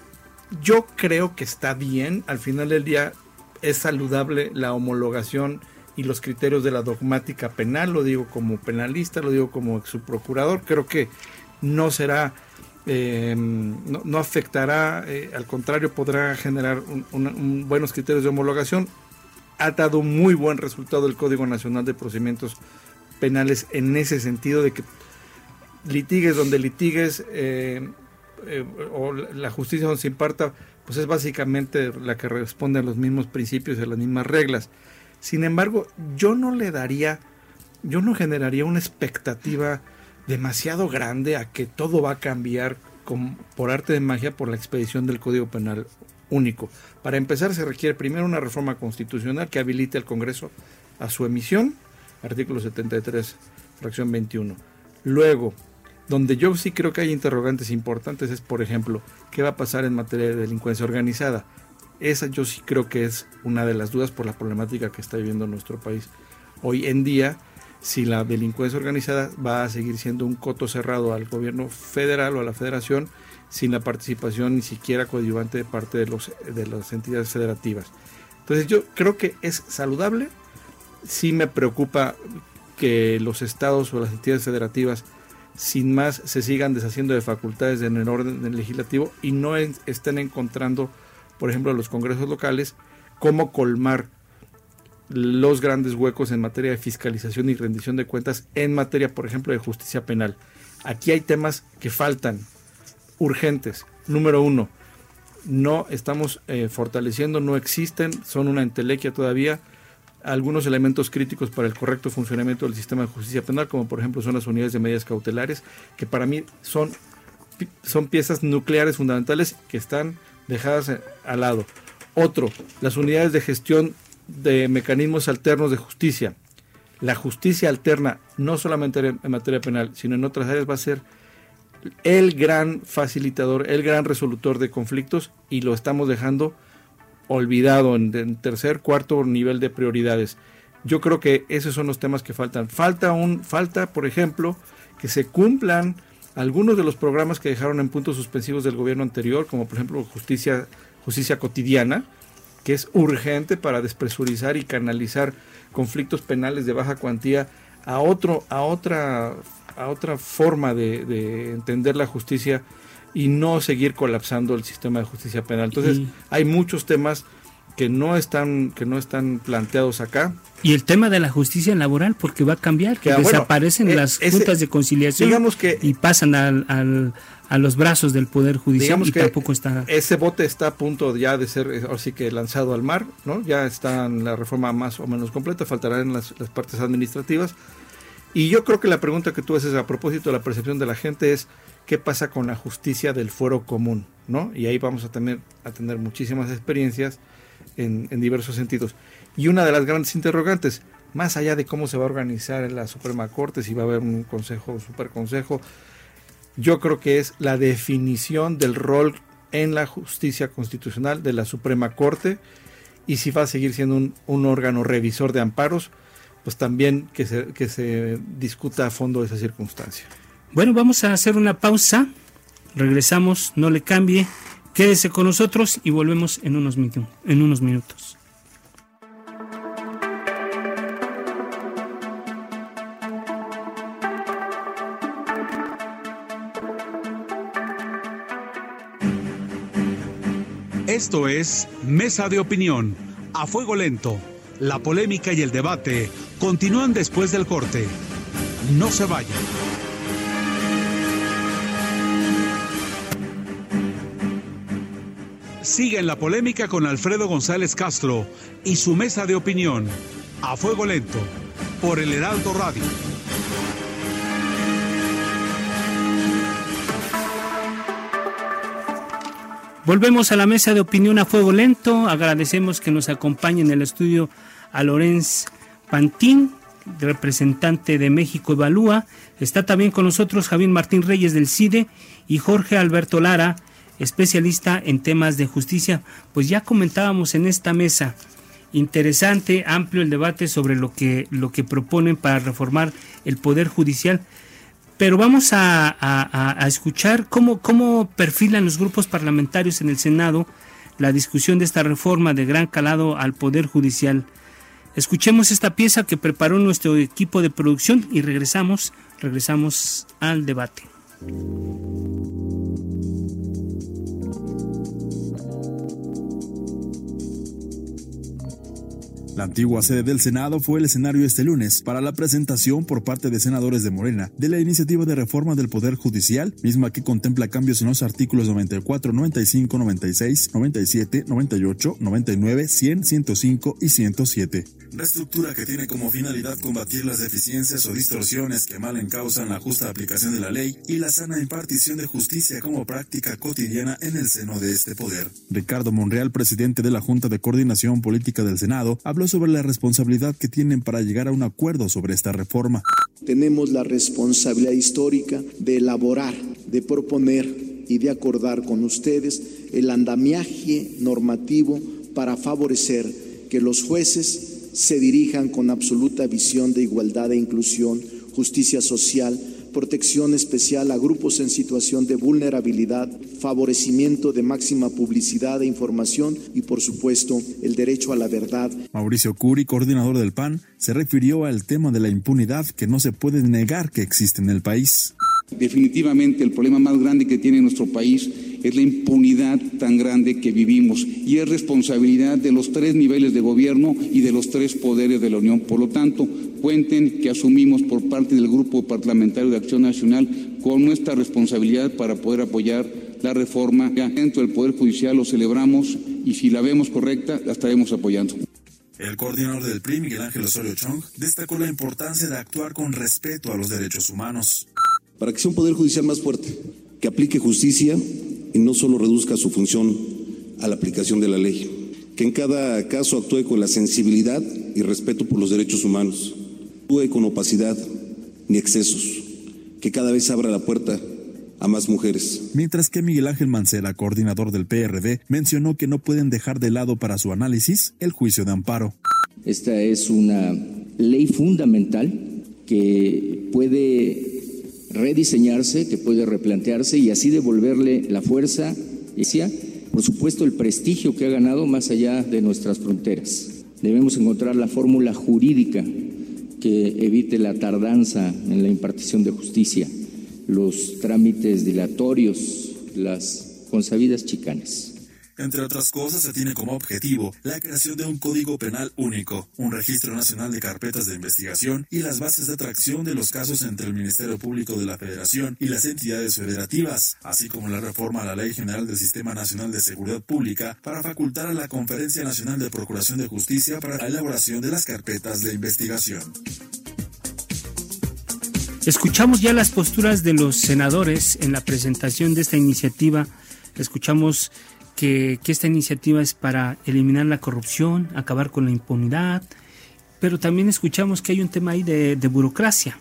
Yo creo que está bien, al final del día es saludable la homologación y los criterios de la dogmática penal, lo digo como penalista, lo digo como ex subprocurador, creo que no será, eh, no, no afectará, eh, al contrario podrá generar un, un, un buenos criterios de homologación. Ha dado muy buen resultado el Código Nacional de Procedimientos Penales en ese sentido de que litigues donde litigues, eh, eh, o la justicia donde se imparta, pues es básicamente la que responde a los mismos principios y a las mismas reglas. Sin embargo, yo no le daría, yo no generaría una expectativa demasiado grande a que todo va a cambiar con, por arte de magia por la expedición del Código Penal Único. Para empezar, se requiere primero una reforma constitucional que habilite al Congreso a su emisión, artículo setenta y tres, fracción veintiuno. Luego, donde yo sí creo que hay interrogantes importantes es, por ejemplo, ¿qué va a pasar en materia de delincuencia organizada? Esa yo sí creo que es una de las dudas por la problemática que está viviendo nuestro país hoy en día, si la delincuencia organizada va a seguir siendo un coto cerrado al gobierno federal o a la federación, sin la participación ni siquiera coadyuvante de parte de, los, de las entidades federativas. Entonces yo creo que es saludable. Sí me preocupa que los estados o las entidades federativas sin más se sigan deshaciendo de facultades en el orden legislativo y no en, estén encontrando, por ejemplo, los congresos locales, cómo colmar los grandes huecos en materia de fiscalización y rendición de cuentas en materia, por ejemplo, de justicia penal. Aquí hay temas que faltan, urgentes. Número uno, no estamos eh, fortaleciendo, no existen, son una entelequia todavía, algunos elementos críticos para el correcto funcionamiento del sistema de justicia penal, como por ejemplo son las unidades de medidas cautelares, que para mí son, son piezas nucleares fundamentales que están dejadas al lado. Otro, las unidades de gestión de mecanismos alternos de justicia. La justicia alterna, no solamente en materia penal, sino en otras áreas, va a ser el gran facilitador, el gran resolutor de conflictos, y lo estamos dejando olvidado en, en tercer, cuarto nivel de prioridades. Yo creo que esos son los temas que faltan. Falta, un, falta, por ejemplo, que se cumplan algunos de los programas que dejaron en puntos suspensivos del gobierno anterior, como por ejemplo justicia, justicia cotidiana, que es urgente para despresurizar y canalizar conflictos penales de baja cuantía a otro, a otra, a otra forma de, de entender la justicia y no seguir colapsando el sistema de justicia penal. Entonces, sí. hay muchos temas que no están que no están planteados acá. Y el tema de la justicia laboral, porque va a cambiar, que, que bueno, desaparecen eh, las ese, juntas de conciliación digamos que, y pasan al, al, a los brazos del Poder Judicial y que tampoco está... Ese bote está a punto ya de ser, así que lanzado al mar, ¿no? Ya está en la reforma más o menos completa, faltarán las, las partes administrativas. Y yo creo que la pregunta que tú haces a propósito de la percepción de la gente es ¿qué pasa con la justicia del fuero común? ¿No? Y ahí vamos a tener, a tener muchísimas experiencias En, en diversos sentidos. Y una de las grandes interrogantes, más allá de cómo se va a organizar en la Suprema Corte, si va a haber un consejo, superconsejo, yo creo que es la definición del rol en la justicia constitucional de la Suprema Corte, y si va a seguir siendo un, un órgano revisor de amparos, pues también que se, que se discuta a fondo esa circunstancia. Bueno, vamos a hacer una pausa, regresamos, no le cambie. Quédese con nosotros y volvemos en unos, minu- en unos minutos. Esto es Mesa de Opinión, a fuego lento. La polémica y el debate continúan después del corte. No se vayan. Sigue en la polémica con Alfredo González Castro y su Mesa de Opinión, a fuego lento, por el Heraldo Radio. Volvemos a la Mesa de Opinión a fuego lento. Agradecemos que nos acompañe en el estudio a Lorenz Pantín, representante de México Evalúa. Está también con nosotros Javier Martín Reyes del C I D E y Jorge Alberto Lara, especialista en temas de justicia. Pues ya comentábamos en esta mesa, interesante, amplio el debate sobre lo que, lo que proponen para reformar el Poder Judicial, pero vamos a, a, a escuchar cómo, cómo perfilan los grupos parlamentarios en el Senado la discusión de esta reforma de gran calado al Poder Judicial. Escuchemos esta pieza que preparó nuestro equipo de producción y regresamos, regresamos al debate. La antigua sede del Senado fue el escenario este lunes para la presentación por parte de senadores de Morena de la iniciativa de reforma del Poder Judicial, misma que contempla cambios en los artículos noventa y cuatro, noventa y cinco, noventa y seis, noventa y siete, noventa y ocho, noventa y nueve, cien, ciento cinco y ciento siete. Reestructura que tiene como finalidad combatir las deficiencias o distorsiones que mal encausan la justa aplicación de la ley y la sana impartición de justicia como práctica cotidiana en el seno de este poder. Ricardo Monreal, presidente de la Junta de Coordinación Política del Senado, habló sobre la responsabilidad que tienen para llegar a un acuerdo sobre esta reforma. Tenemos la responsabilidad histórica de elaborar, de proponer y de acordar con ustedes el andamiaje normativo para favorecer que los jueces se dirijan con absoluta visión de igualdad e inclusión, justicia social, protección especial a grupos en situación de vulnerabilidad, favorecimiento de máxima publicidad e información y, por supuesto, el derecho a la verdad. Mauricio Curi, coordinador del P A N, se refirió al tema de la impunidad que no se puede negar que existe en el país. Definitivamente el problema más grande que tiene nuestro país es la impunidad tan grande que vivimos y es responsabilidad de los tres niveles de gobierno y de los tres poderes de la Unión. Por lo tanto, cuenten que asumimos por parte del Grupo Parlamentario de Acción Nacional con nuestra responsabilidad para poder apoyar la reforma. Dentro del Poder Judicial lo celebramos y si la vemos correcta la estaremos apoyando. El coordinador del P R I, Miguel Ángel Osorio Chong, destacó la importancia de actuar con respeto a los derechos humanos. Para que sea un Poder Judicial más fuerte, que aplique justicia y no solo reduzca su función a la aplicación de la ley, que en cada caso actúe con la sensibilidad y respeto por los derechos humanos, actúe con opacidad ni excesos, que cada vez abra la puerta a más mujeres. Mientras que Miguel Ángel Mancera, coordinador del P R D, mencionó que no pueden dejar de lado para su análisis el juicio de amparo. Esta es una ley fundamental que puede rediseñarse, que puede replantearse y así devolverle la fuerza y, por supuesto, el prestigio que ha ganado más allá de nuestras fronteras. Debemos encontrar la fórmula jurídica que evite la tardanza en la impartición de justicia, los trámites dilatorios, las consabidas chicanas. Entre otras cosas, se tiene como objetivo la creación de un código penal único, un registro nacional de carpetas de investigación y las bases de atracción de los casos entre el Ministerio Público de la Federación y las entidades federativas, así como la reforma a la Ley General del Sistema Nacional de Seguridad Pública para facultar a la Conferencia Nacional de Procuración de Justicia para la elaboración de las carpetas de investigación. Escuchamos ya las posturas de los senadores en la presentación de esta iniciativa. Escuchamos Que, que esta iniciativa es para eliminar la corrupción, acabar con la impunidad, pero también escuchamos que hay un tema ahí de, de burocracia.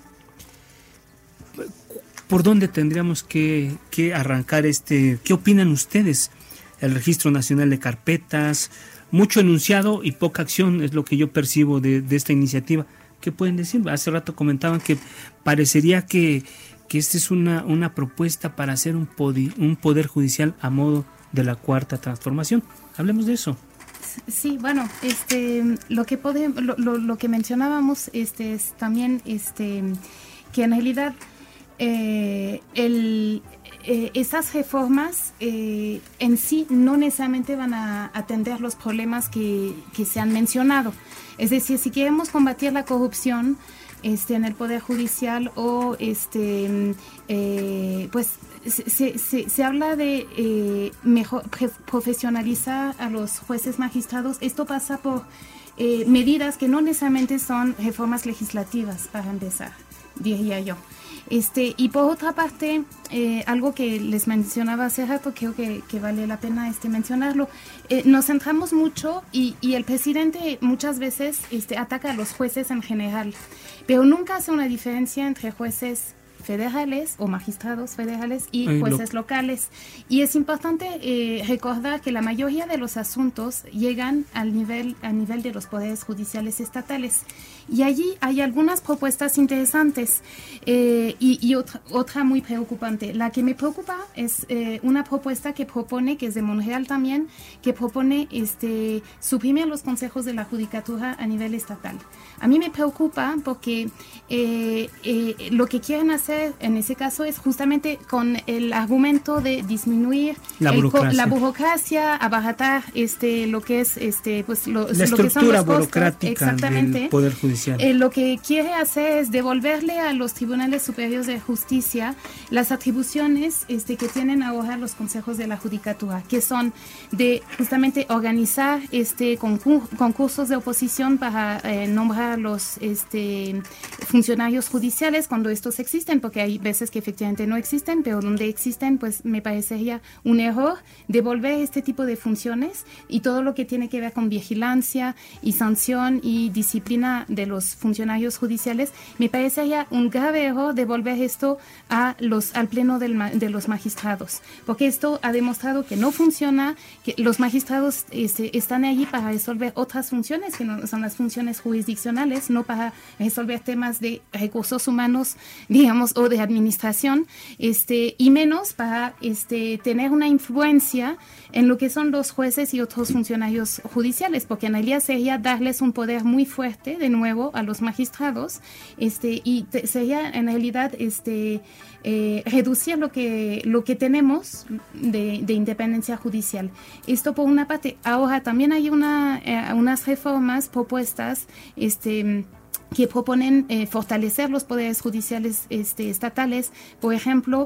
¿Por dónde tendríamos que, que arrancar este? ¿Qué opinan ustedes? El Registro Nacional de Carpetas, mucho enunciado y poca acción es lo que yo percibo de, de esta iniciativa. ¿Qué pueden decir? Hace rato comentaban que parecería que, que esta es una, una propuesta para hacer un, podi, un poder judicial a modo de la Cuarta Transformación. Hablemos de eso. Sí, bueno, este, lo que pode, lo, lo, lo que mencionábamos, este, es también, este, que en realidad eh, el, eh, esas reformas eh, en sí no necesariamente van a atender los problemas que, que se han mencionado. Es decir, si queremos combatir la corrupción este, en el Poder Judicial o este, eh, pues Se, se, se habla de eh, mejor profesionalizar a los jueces magistrados. Esto pasa por eh, medidas que no necesariamente son reformas legislativas, para empezar, diría yo. Este, y por otra parte, eh, algo que les mencionaba hace rato, creo que, que vale la pena este, mencionarlo, eh, nos centramos mucho y, y el presidente muchas veces este, ataca a los jueces en general, pero nunca hace una diferencia entre jueces federales o magistrados federales y Ay, jueces lo... locales. Y es importante eh, recordar que la mayoría de los asuntos llegan al nivel, al nivel de los poderes judiciales estatales. Y allí hay algunas propuestas interesantes eh, y, y otra, otra muy preocupante. La que me preocupa es eh, una propuesta que propone, que es de Monreal también, que propone este, suprimir los consejos de la judicatura a nivel estatal. A mí me preocupa porque eh, eh, lo que quieren hacer en ese caso es justamente con el argumento de disminuir la burocracia, el, la burocracia abaratar este, lo que es este, pues, lo, la lo que son los costos, burocrática exactamente, del Poder Judicial. Eh, lo que quiere hacer es devolverle a los tribunales superiores de justicia las atribuciones este, que tienen ahora los consejos de la judicatura, que son de justamente organizar este, concur- concursos de oposición para eh, nombrar los este, funcionarios judiciales cuando estos existen, porque hay veces que efectivamente no existen, pero donde existen, pues me parecería un error devolver este tipo de funciones y todo lo que tiene que ver con vigilancia y sanción y disciplina de los funcionarios judiciales. Me parecería un grave error devolver esto a los, al pleno del, de los magistrados, porque esto ha demostrado que no funciona, que los magistrados este, están allí para resolver otras funciones que no son las funciones jurisdiccionales, no para resolver temas de recursos humanos, digamos, o de administración, este, y menos para este, tener una influencia en lo que son los jueces y otros funcionarios judiciales, porque en realidad sería darles un poder muy fuerte de nuevo a los magistrados este, y te, sería en realidad este, eh, reducir lo que, lo que tenemos de, de independencia judicial. Esto por una parte. Ahora también hay una, eh, unas reformas propuestas este, que proponen eh, fortalecer los poderes judiciales este, estatales, por ejemplo,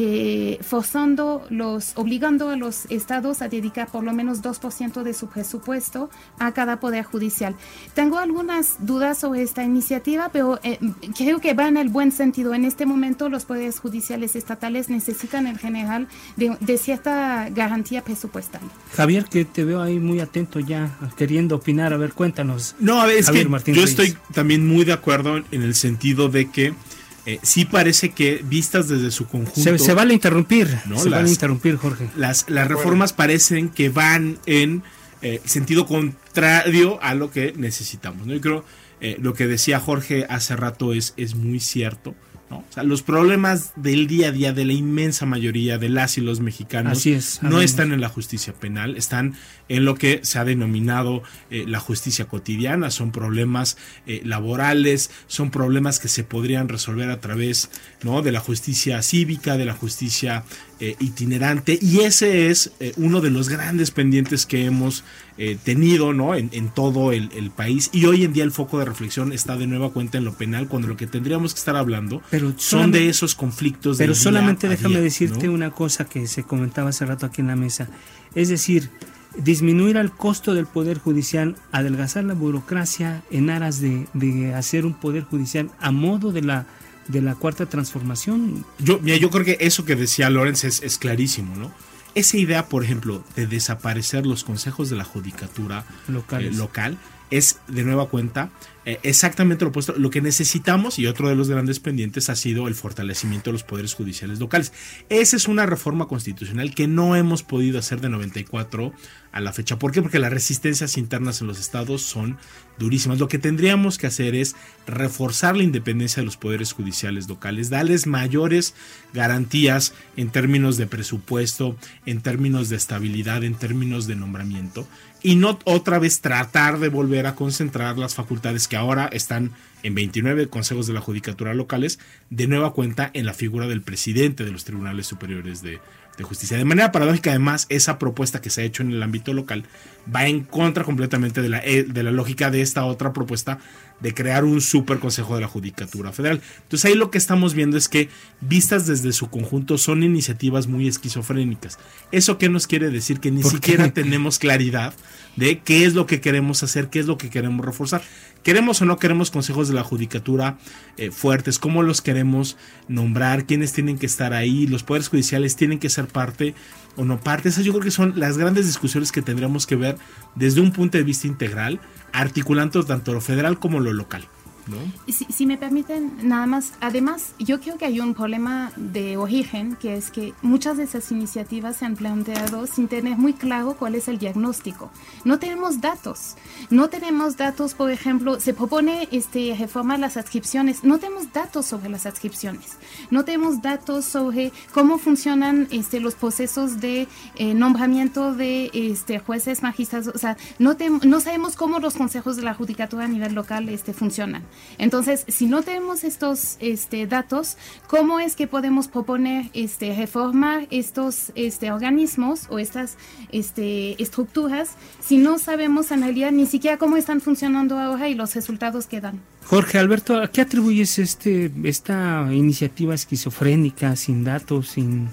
eh, forzando los, obligando a los estados a dedicar por lo menos dos por ciento de su presupuesto a cada poder judicial. Tengo algunas dudas sobre esta iniciativa, pero eh, creo que va en el buen sentido. En este momento los poderes judiciales estatales necesitan en general de, de cierta garantía presupuestal. Javier, que te veo ahí muy atento ya, queriendo opinar, a ver, cuéntanos. No, a ver, es Javier que Martín yo Reyes. estoy también muy de acuerdo en el sentido de que eh, sí parece que vistas desde su conjunto... Se, se vale interrumpir, ¿no? se las, vale interrumpir, Jorge. Las, las reformas parecen que van en eh, sentido contrario a lo que necesitamos, ¿no? Yo creo, eh, lo que decía Jorge hace rato es, es muy cierto. ¿no? O sea, los problemas del día a día de la inmensa mayoría de las y los mexicanos Así es, no están en la justicia penal, están en lo que se ha denominado eh, la justicia cotidiana. Son problemas eh, laborales, son problemas que se podrían resolver a través, ¿no?, de la justicia cívica, de la justicia eh, itinerante, y ese es eh, uno de los grandes pendientes que hemos eh, tenido, ¿no?, en, en todo el, el país, y hoy en día el foco de reflexión está de nueva cuenta en lo penal, cuando lo que tendríamos que estar hablando Pero son de esos conflictos. Pero del solamente día a déjame día, decirte ¿no? una cosa que se comentaba hace rato aquí en la mesa. Es decir, disminuir el costo del Poder Judicial, adelgazar la burocracia en aras de, de hacer un Poder Judicial a modo de la, de la Cuarta Transformación. Yo, mira, yo creo que eso que decía Lorenz es, es clarísimo, ¿no? Esa idea, por ejemplo, de desaparecer los consejos de la judicatura eh, local es, de nueva cuenta, eh, exactamente lo opuesto. Lo que necesitamos, y otro de los grandes pendientes, ha sido el fortalecimiento de los poderes judiciales locales. Esa es una reforma constitucional que no hemos podido hacer de noventa y cuatro a la fecha. ¿Por qué? Porque las resistencias internas en los estados son durísimas. Lo que tendríamos que hacer es reforzar la independencia de los poderes judiciales locales, darles mayores garantías en términos de presupuesto, en términos de estabilidad, en términos de nombramiento, y no otra vez tratar de volver a concentrar las facultades que ahora están en veintinueve consejos de la judicatura locales, de nueva cuenta en la figura del presidente de los tribunales superiores de, de justicia. De manera paradójica, además, esa propuesta que se ha hecho en el ámbito local va en contra completamente de la, de la lógica de esta otra propuesta de crear un super consejo de la judicatura federal. Entonces ahí lo que estamos viendo es que, vistas desde su conjunto, son iniciativas muy esquizofrénicas. ¿Eso qué nos quiere decir? Que ni siquiera tenemos claridad de qué es lo que queremos hacer, qué es lo que queremos reforzar. ¿Queremos o no queremos consejos de la judicatura eh, fuertes? ¿Cómo los queremos nombrar? ¿Quiénes tienen que estar ahí? ¿Los poderes judiciales tienen que ser parte o no parte? Esas yo creo que son las grandes discusiones que tendremos que ver desde un punto de vista integral, articulando tanto lo federal como lo local, ¿no? Si, si me permiten, nada más, además, yo creo que hay un problema de origen, que es que muchas de esas iniciativas se han planteado sin tener muy claro cuál es el diagnóstico. No tenemos datos, no tenemos datos, por ejemplo, se propone este, reformar las adscripciones, no tenemos datos sobre las adscripciones, no tenemos datos sobre cómo funcionan este, los procesos de eh, nombramiento de este, jueces, magistrados, o sea, no, te, no sabemos cómo los consejos de la judicatura a nivel local este, funcionan. Entonces, si no tenemos estos este, datos, ¿cómo es que podemos proponer este, reformar estos este, organismos o estas este, estructuras si no sabemos en realidad ni siquiera cómo están funcionando ahora y los resultados que dan? Jorge Alberto, ¿a qué atribuyes este, esta iniciativa esquizofrénica, sin datos, sin...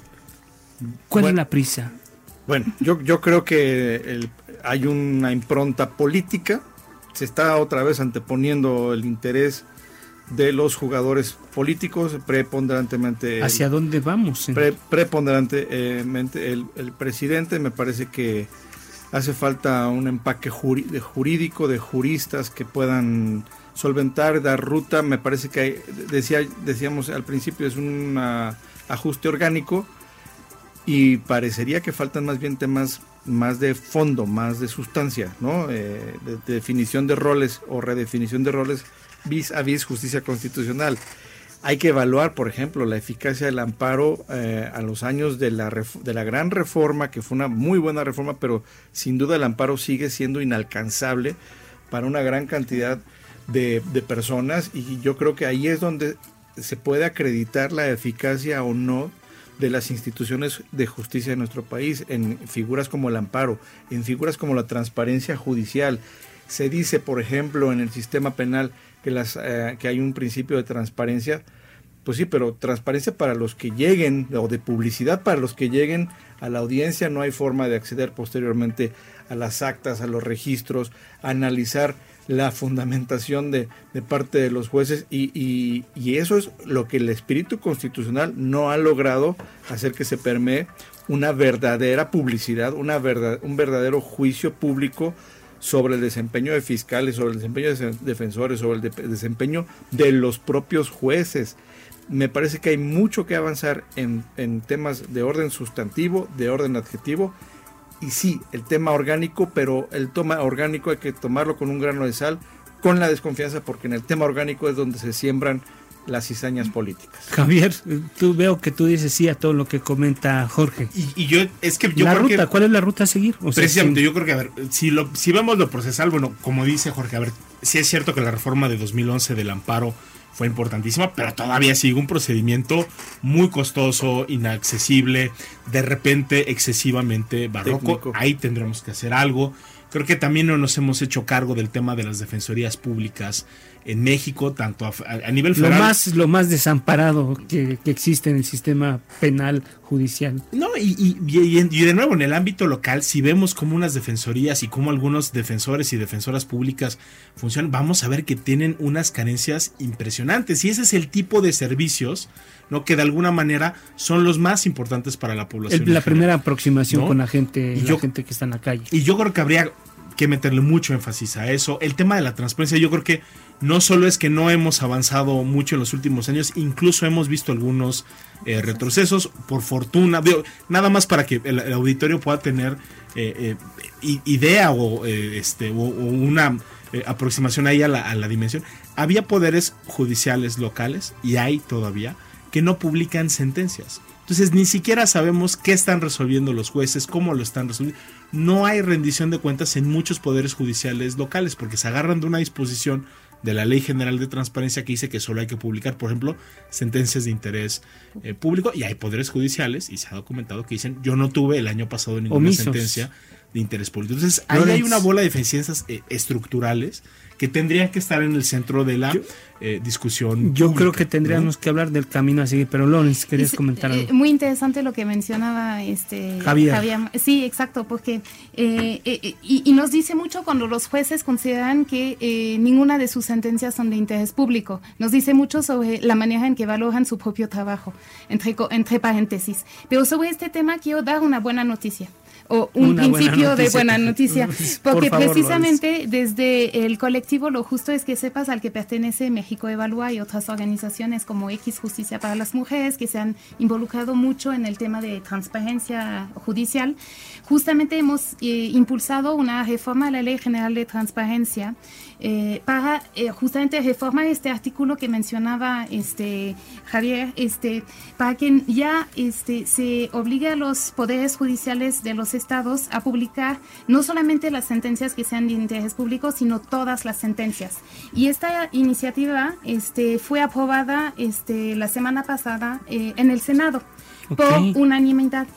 ¿Cuál bueno, es la prisa? Bueno, yo, yo creo que el, hay una impronta política. Se está otra vez anteponiendo el interés de los jugadores políticos preponderantemente. ¿Hacia el, dónde vamos? Pre, preponderantemente el, el presidente. Me parece que hace falta un empaque jurídico de juristas que puedan solventar, dar ruta. Me parece que hay, decía, decíamos al principio, es un ajuste orgánico y parecería que faltan más bien temas más de fondo, más de sustancia, ¿no? Eh, de, de definición de roles o redefinición de roles vis a vis justicia constitucional. Hay que evaluar, por ejemplo, la eficacia del amparo eh, a los años de la, de la gran reforma, que fue una muy buena reforma, pero sin duda el amparo sigue siendo inalcanzable para una gran cantidad de, de personas, y yo creo que ahí es donde se puede acreditar la eficacia o no de las instituciones de justicia de nuestro país, en figuras como el amparo, en figuras como la transparencia judicial. Se dice, por ejemplo, en el sistema penal que, las, eh, que hay un principio de transparencia, pues sí, pero transparencia para los que lleguen, o de publicidad para los que lleguen a la audiencia. No hay forma de acceder posteriormente a las actas, a los registros, a analizar la fundamentación de, de parte de los jueces, y, y, y eso es lo que el espíritu constitucional no ha logrado hacer, que se permee una verdadera publicidad, una verdad, un verdadero juicio público sobre el desempeño de fiscales, sobre el desempeño de defensores, sobre el de, desempeño de los propios jueces. Me parece que hay mucho que avanzar en, en temas de orden sustantivo, de orden adjetivo. Y sí, el tema orgánico, pero el tema orgánico hay que tomarlo con un grano de sal, con la desconfianza, porque en el tema orgánico es donde se siembran las cizañas políticas. Javier, tú veo que tú dices sí a todo lo que comenta Jorge. Y, y yo, es que yo la creo ruta, que, ¿cuál es la ruta a seguir? O sea, precisamente, sí. yo creo que, a ver, si, lo, si vemos lo procesal, bueno, como dice Jorge, a ver, sí es cierto que la reforma de dos mil once del amparo fue importantísima, pero todavía sigue un procedimiento muy costoso, inaccesible, de repente excesivamente barroco. Técnico. Ahí tendremos que hacer algo. Creo que también no nos hemos hecho cargo del tema de las defensorías públicas en México, tanto a, a nivel federal. Lo más, lo más desamparado que, que existe en el sistema penal judicial. No, y, y, y, y de nuevo, en el ámbito local, si vemos cómo unas defensorías y cómo algunos defensores y defensoras públicas funcionan, vamos a ver que tienen unas carencias impresionantes. Y ese es el tipo de servicios, ¿no?, que de alguna manera son los más importantes para la población. El, la primera aproximación, ¿no?, con la gente, y la yo, gente que está en la calle. Y yo creo que habría que meterle mucho énfasis a eso. El tema de la transparencia, yo creo que no solo es que no hemos avanzado mucho en los últimos años, incluso hemos visto algunos eh, retrocesos, por fortuna, digo, nada más para que el, el auditorio pueda tener eh, eh, idea o, eh, este, o, o una eh, aproximación ahí a la, a la dimensión. Había poderes judiciales locales, y hay todavía, que no publican sentencias. Entonces ni siquiera sabemos qué están resolviendo los jueces, cómo lo están resolviendo. No hay rendición de cuentas en muchos poderes judiciales locales, porque se agarran de una disposición de la Ley General de Transparencia que dice que solo hay que publicar, por ejemplo, sentencias de interés eh, público, y hay poderes judiciales, y se ha documentado, que dicen, yo no tuve el año pasado ninguna Omisos. sentencia de interés público. Entonces ahí no hay una bola de deficiencias eh, estructurales que tendrían que estar en el centro de la yo, eh, discusión. Yo pública, creo que tendríamos, ¿no?, que hablar del camino a seguir, pero Lorenz, querías es, comentar algo. Eh, muy interesante lo que mencionaba este Javier. Javier. Sí, exacto, porque eh, eh, y, y nos dice mucho cuando los jueces consideran que eh, ninguna de sus sentencias son de interés público. Nos dice mucho sobre la manera en que valoran su propio trabajo, entre, entre paréntesis. Pero sobre este tema quiero dar una buena noticia. O un una principio buena de buena noticia, porque Por favor, precisamente Lorenz. Desde el colectivo Lo Justo es que Sepas, al que pertenece México Evalúa y otras organizaciones como X Justicia para las Mujeres, que se han involucrado mucho en el tema de transparencia judicial, justamente hemos eh, impulsado una reforma a la Ley General de Transparencia eh, para eh, justamente reformar este artículo que mencionaba este Javier, este para que ya este se obligue a los poderes judiciales de los estados a publicar no solamente las sentencias que sean de interés público, sino todas las sentencias. Y esta iniciativa este fue aprobada este la semana pasada eh, en el Senado, okay, por unanimidad.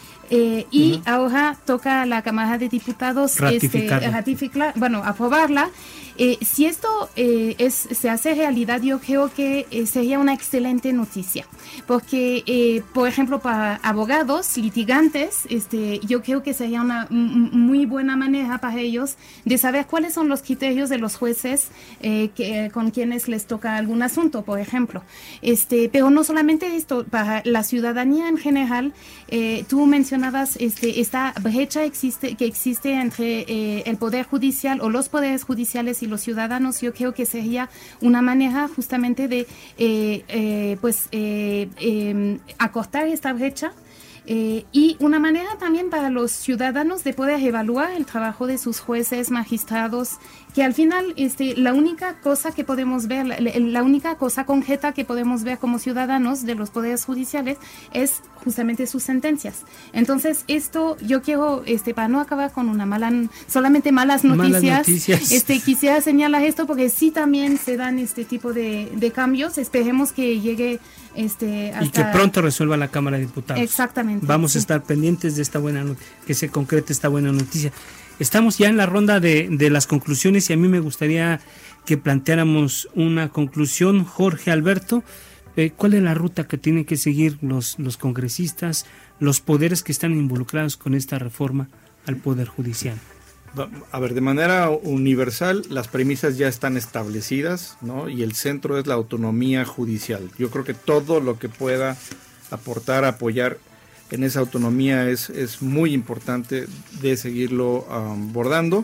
Eh, y uh-huh. ahora toca a la Cámara de Diputados este, ratificar, bueno, aprobarla. Eh, si esto eh, es, se hace realidad, yo creo que eh, sería una excelente noticia, porque, eh, por ejemplo, para abogados, litigantes, este, yo creo que sería una m- muy buena manera para ellos de saber cuáles son los criterios de los jueces eh, que, con quienes les toca algún asunto, por ejemplo. Este, pero no solamente esto, para la ciudadanía en general, eh, tú mencionabas este, esta brecha existe, que existe entre eh, el Poder Judicial o los poderes judiciales y los ciudadanos. Yo creo que sería una manera justamente de eh, eh, pues eh, eh, acortar esta brecha. Eh, y una manera también para los ciudadanos de poder evaluar el trabajo de sus jueces, magistrados, que al final este, la única cosa que podemos ver, la, la única cosa concreta que podemos ver como ciudadanos de los poderes judiciales es justamente sus sentencias. Entonces esto yo quiero, este, para no acabar con una mala, solamente malas noticias, malas noticias. Este, quisiera señalar esto porque sí también se dan este tipo de, de cambios. Esperemos que llegue este hasta... y que pronto resuelva la Cámara de Diputados. Exactamente. Vamos sí. a estar pendientes de esta buena not- que se concrete esta buena noticia. Estamos ya en la ronda de, de las conclusiones y a mí me gustaría que planteáramos una conclusión. Jorge Alberto, eh, ¿cuál es la ruta que tienen que seguir los, los congresistas, los poderes que están involucrados con esta reforma al Poder Judicial? A ver, de manera universal, las premisas ya están establecidas, ¿no? Y el centro es la autonomía judicial. Yo creo que todo lo que pueda aportar, apoyar en esa autonomía es, es muy importante de seguirlo um, abordando.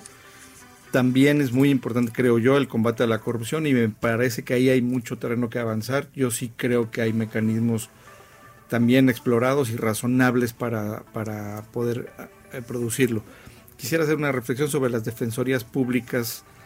También es muy importante, creo yo, el combate a la corrupción, y me parece que ahí hay mucho terreno que avanzar. Yo sí creo que hay mecanismos también explorados y razonables para, para poder eh, producirlo. Quisiera hacer una reflexión sobre las defensorías públicas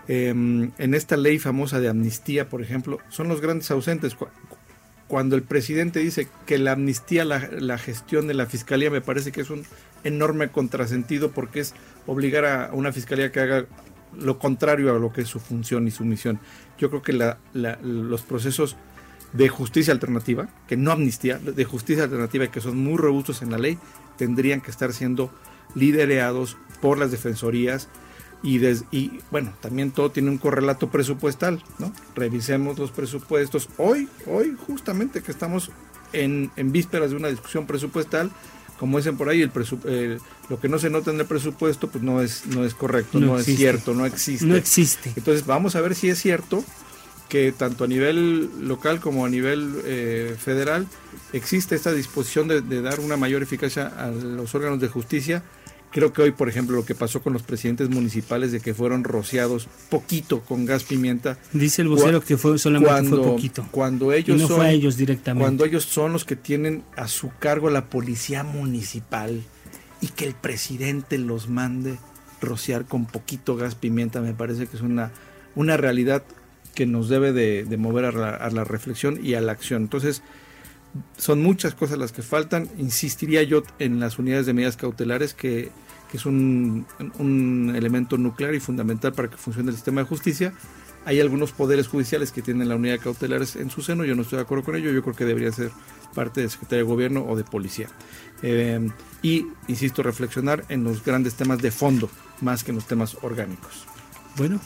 Eh, en esta ley famosa de amnistía, por ejemplo, son los grandes ausentes. Cuando el presidente dice que la amnistía, la, la gestión de la fiscalía, me parece que es un enorme contrasentido, porque es obligar a una fiscalía que haga lo contrario a lo que es su función y su misión. Yo creo que la, la, los procesos de justicia alternativa, que no amnistía, de justicia alternativa, y que son muy robustos en la ley, tendrían que estar siendo liderados por las defensorías. Y, des, y bueno, también todo tiene un correlato presupuestal, ¿no? Revisemos los presupuestos. Hoy, hoy justamente que estamos en, en vísperas de una discusión presupuestal, como dicen por ahí, el presu, eh, lo que no se nota en el presupuesto, pues no es, no es correcto, no, no es cierto, no existe. No existe. Entonces vamos a ver si es cierto que tanto a nivel local como a nivel eh, federal existe esta disposición de, de dar una mayor eficacia a los órganos de justicia. Creo que hoy, por ejemplo, lo que pasó con los presidentes municipales, de que fueron rociados poquito con gas pimienta. Dice el vocero que fue solamente cuando, fue poquito. Cuando ellos y no son, fue a ellos directamente. Cuando ellos son los que tienen a su cargo la policía municipal, y que el presidente los mande rociar con poquito gas pimienta, me parece que es una, una realidad que nos debe de, de mover a la, a la reflexión y a la acción. Entonces, son muchas cosas las que faltan. Insistiría yo en las unidades de medidas cautelares, que, que es un, un elemento nuclear y fundamental para que funcione el sistema de justicia. Hay algunos poderes judiciales que tienen la unidad de cautelares en su seno, yo no estoy de acuerdo con ello, yo creo que debería ser parte de Secretaría de Gobierno o de Policía. Eh, y, insisto, reflexionar en los grandes temas de fondo, más que en los temas orgánicos. Bueno,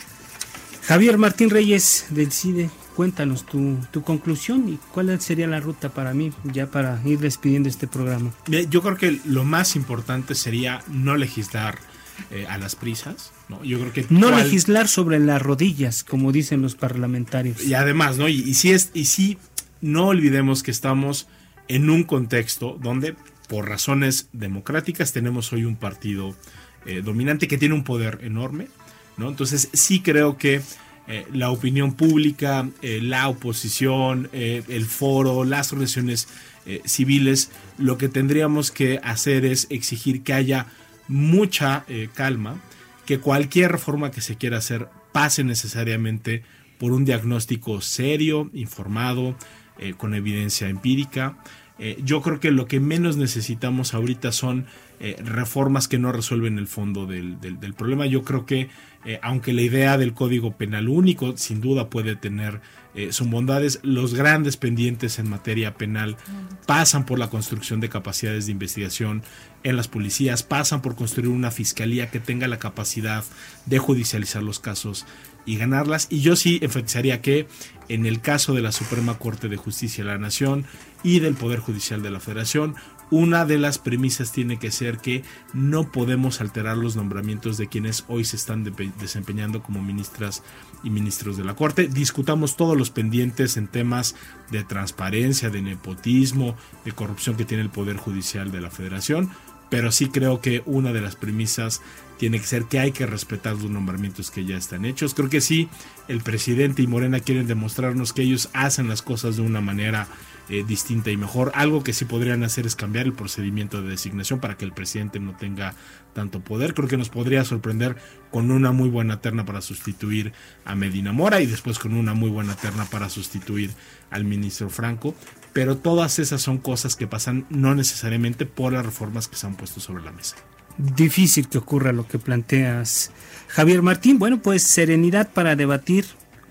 Javier Martín Reyes del C I D E, cuéntanos tu, tu conclusión y cuál sería la ruta para mí, ya para ir despidiendo este programa. Yo creo que lo más importante sería no legislar eh, a las prisas, ¿no? Yo creo que no cual... legislar sobre las rodillas, como dicen los parlamentarios. Y además, ¿no? Y, y si es, y si no olvidemos que estamos en un contexto donde, por razones democráticas, tenemos hoy un partido eh, dominante que tiene un poder enorme, ¿no? Entonces sí creo que Eh, la opinión pública, eh, la oposición, eh, el foro, las organizaciones eh, civiles, lo que tendríamos que hacer es exigir que haya mucha eh, calma, que cualquier reforma que se quiera hacer pase necesariamente por un diagnóstico serio, informado, eh, con evidencia empírica. Eh, yo creo que lo que menos necesitamos ahorita son eh, reformas que no resuelven el fondo del, del, del problema. Yo creo que eh, aunque la idea del Código Penal único sin duda puede tener eh, sus bondades, los grandes pendientes en materia penal pasan por la construcción de capacidades de investigación en las policías, pasan por construir una fiscalía que tenga la capacidad de judicializar los casos y ganarlas. Y yo sí enfatizaría que en el caso de la Suprema Corte de Justicia de la Nación y del Poder Judicial de la Federación, una de las premisas tiene que ser que no podemos alterar los nombramientos de quienes hoy se están de- desempeñando como ministras y ministros de la Corte. Discutamos todos los pendientes en temas de transparencia, de nepotismo, de corrupción que tiene el Poder Judicial de la Federación, pero sí creo que una de las premisas tiene que ser que hay que respetar los nombramientos que ya están hechos. Creo que sí, el presidente y Morena quieren demostrarnos que ellos hacen las cosas de una manera eh, distinta y mejor. Algo que sí podrían hacer es cambiar el procedimiento de designación para que el presidente no tenga tanto poder. Creo que nos podría sorprender con una muy buena terna para sustituir a Medina Mora y después con una muy buena terna para sustituir al ministro Franco. Pero todas esas son cosas que pasan no necesariamente por las reformas que se han puesto sobre la mesa. Difícil que ocurra lo que planteas, Javier Martín. Bueno, pues serenidad para debatir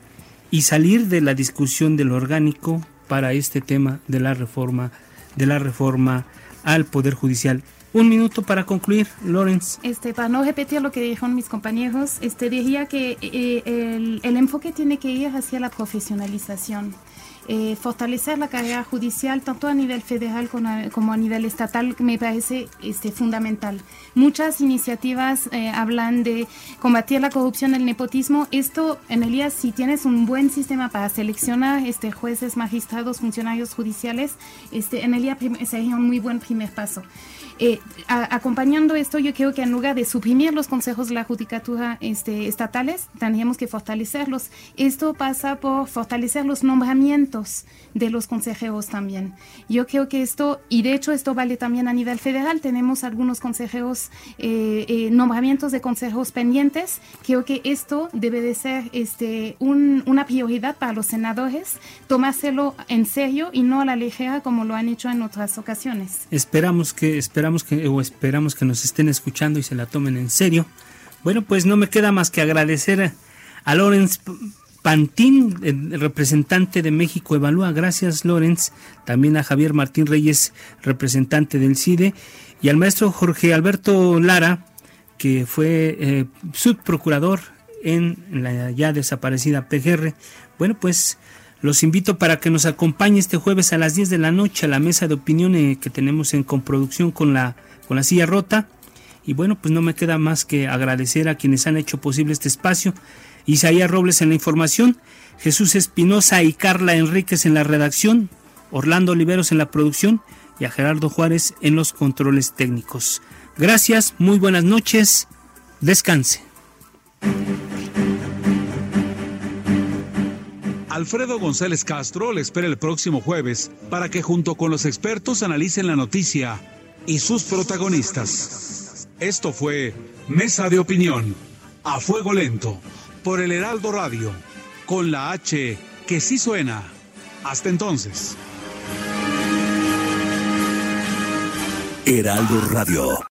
y salir de la discusión del orgánico para este tema de la reforma, de la reforma al Poder Judicial. Un minuto para concluir, Lorenz. Este, para no repetir lo que dijeron mis compañeros, este, diría que eh, el, el enfoque tiene que ir hacia la profesionalización. Eh, fortalecer la carrera judicial tanto a nivel federal como a, como a nivel estatal me parece este, fundamental. Muchas iniciativas eh, hablan de combatir la corrupción, el nepotismo. Esto, en realidad, si tienes un buen sistema para seleccionar este, jueces, magistrados, funcionarios judiciales, este, en realidad sería un muy buen primer paso. eh, a, acompañando esto, yo creo que en lugar de suprimir los consejos de la judicatura este, estatales, tendríamos que fortalecerlos. Esto pasa por fortalecer los nombramientos de los consejeros también. Yo creo que esto, y de hecho esto vale también a nivel federal, tenemos algunos consejeros, eh, eh, nombramientos de consejeros pendientes. Creo que esto debe de ser este, un, una prioridad para los senadores, tomárselo en serio y no a la ligera como lo han hecho en otras ocasiones. Esperamos que, esperamos que, o esperamos que nos estén escuchando y se la tomen en serio. Bueno, pues no me queda más que agradecer a Lorenz Pantín, el representante de México Evalúa. Gracias, Lorenz. También a Javier Martín Reyes, representante del C I D E, y al maestro Jorge Alberto Lara, que fue eh, subprocurador en la ya desaparecida P G R. Bueno, pues los invito para que nos acompañe este jueves a las diez de la noche a la mesa de opinión eh, que tenemos en coproducción con la, con la Silla Rota. Y bueno, pues no me queda más que agradecer a quienes han hecho posible este espacio. Isaías Robles en la información, Jesús Espinosa y Carla Enríquez en la redacción, Orlando Oliveros en la producción y a Gerardo Juárez en los controles técnicos. Gracias, muy buenas noches, descanse. Alfredo González Castro le espera el próximo jueves para que junto con los expertos analicen la noticia y sus protagonistas. Esto fue Mesa de Opinión, a fuego lento, por el Heraldo Radio, con la H que sí suena. Hasta entonces. Heraldo Radio.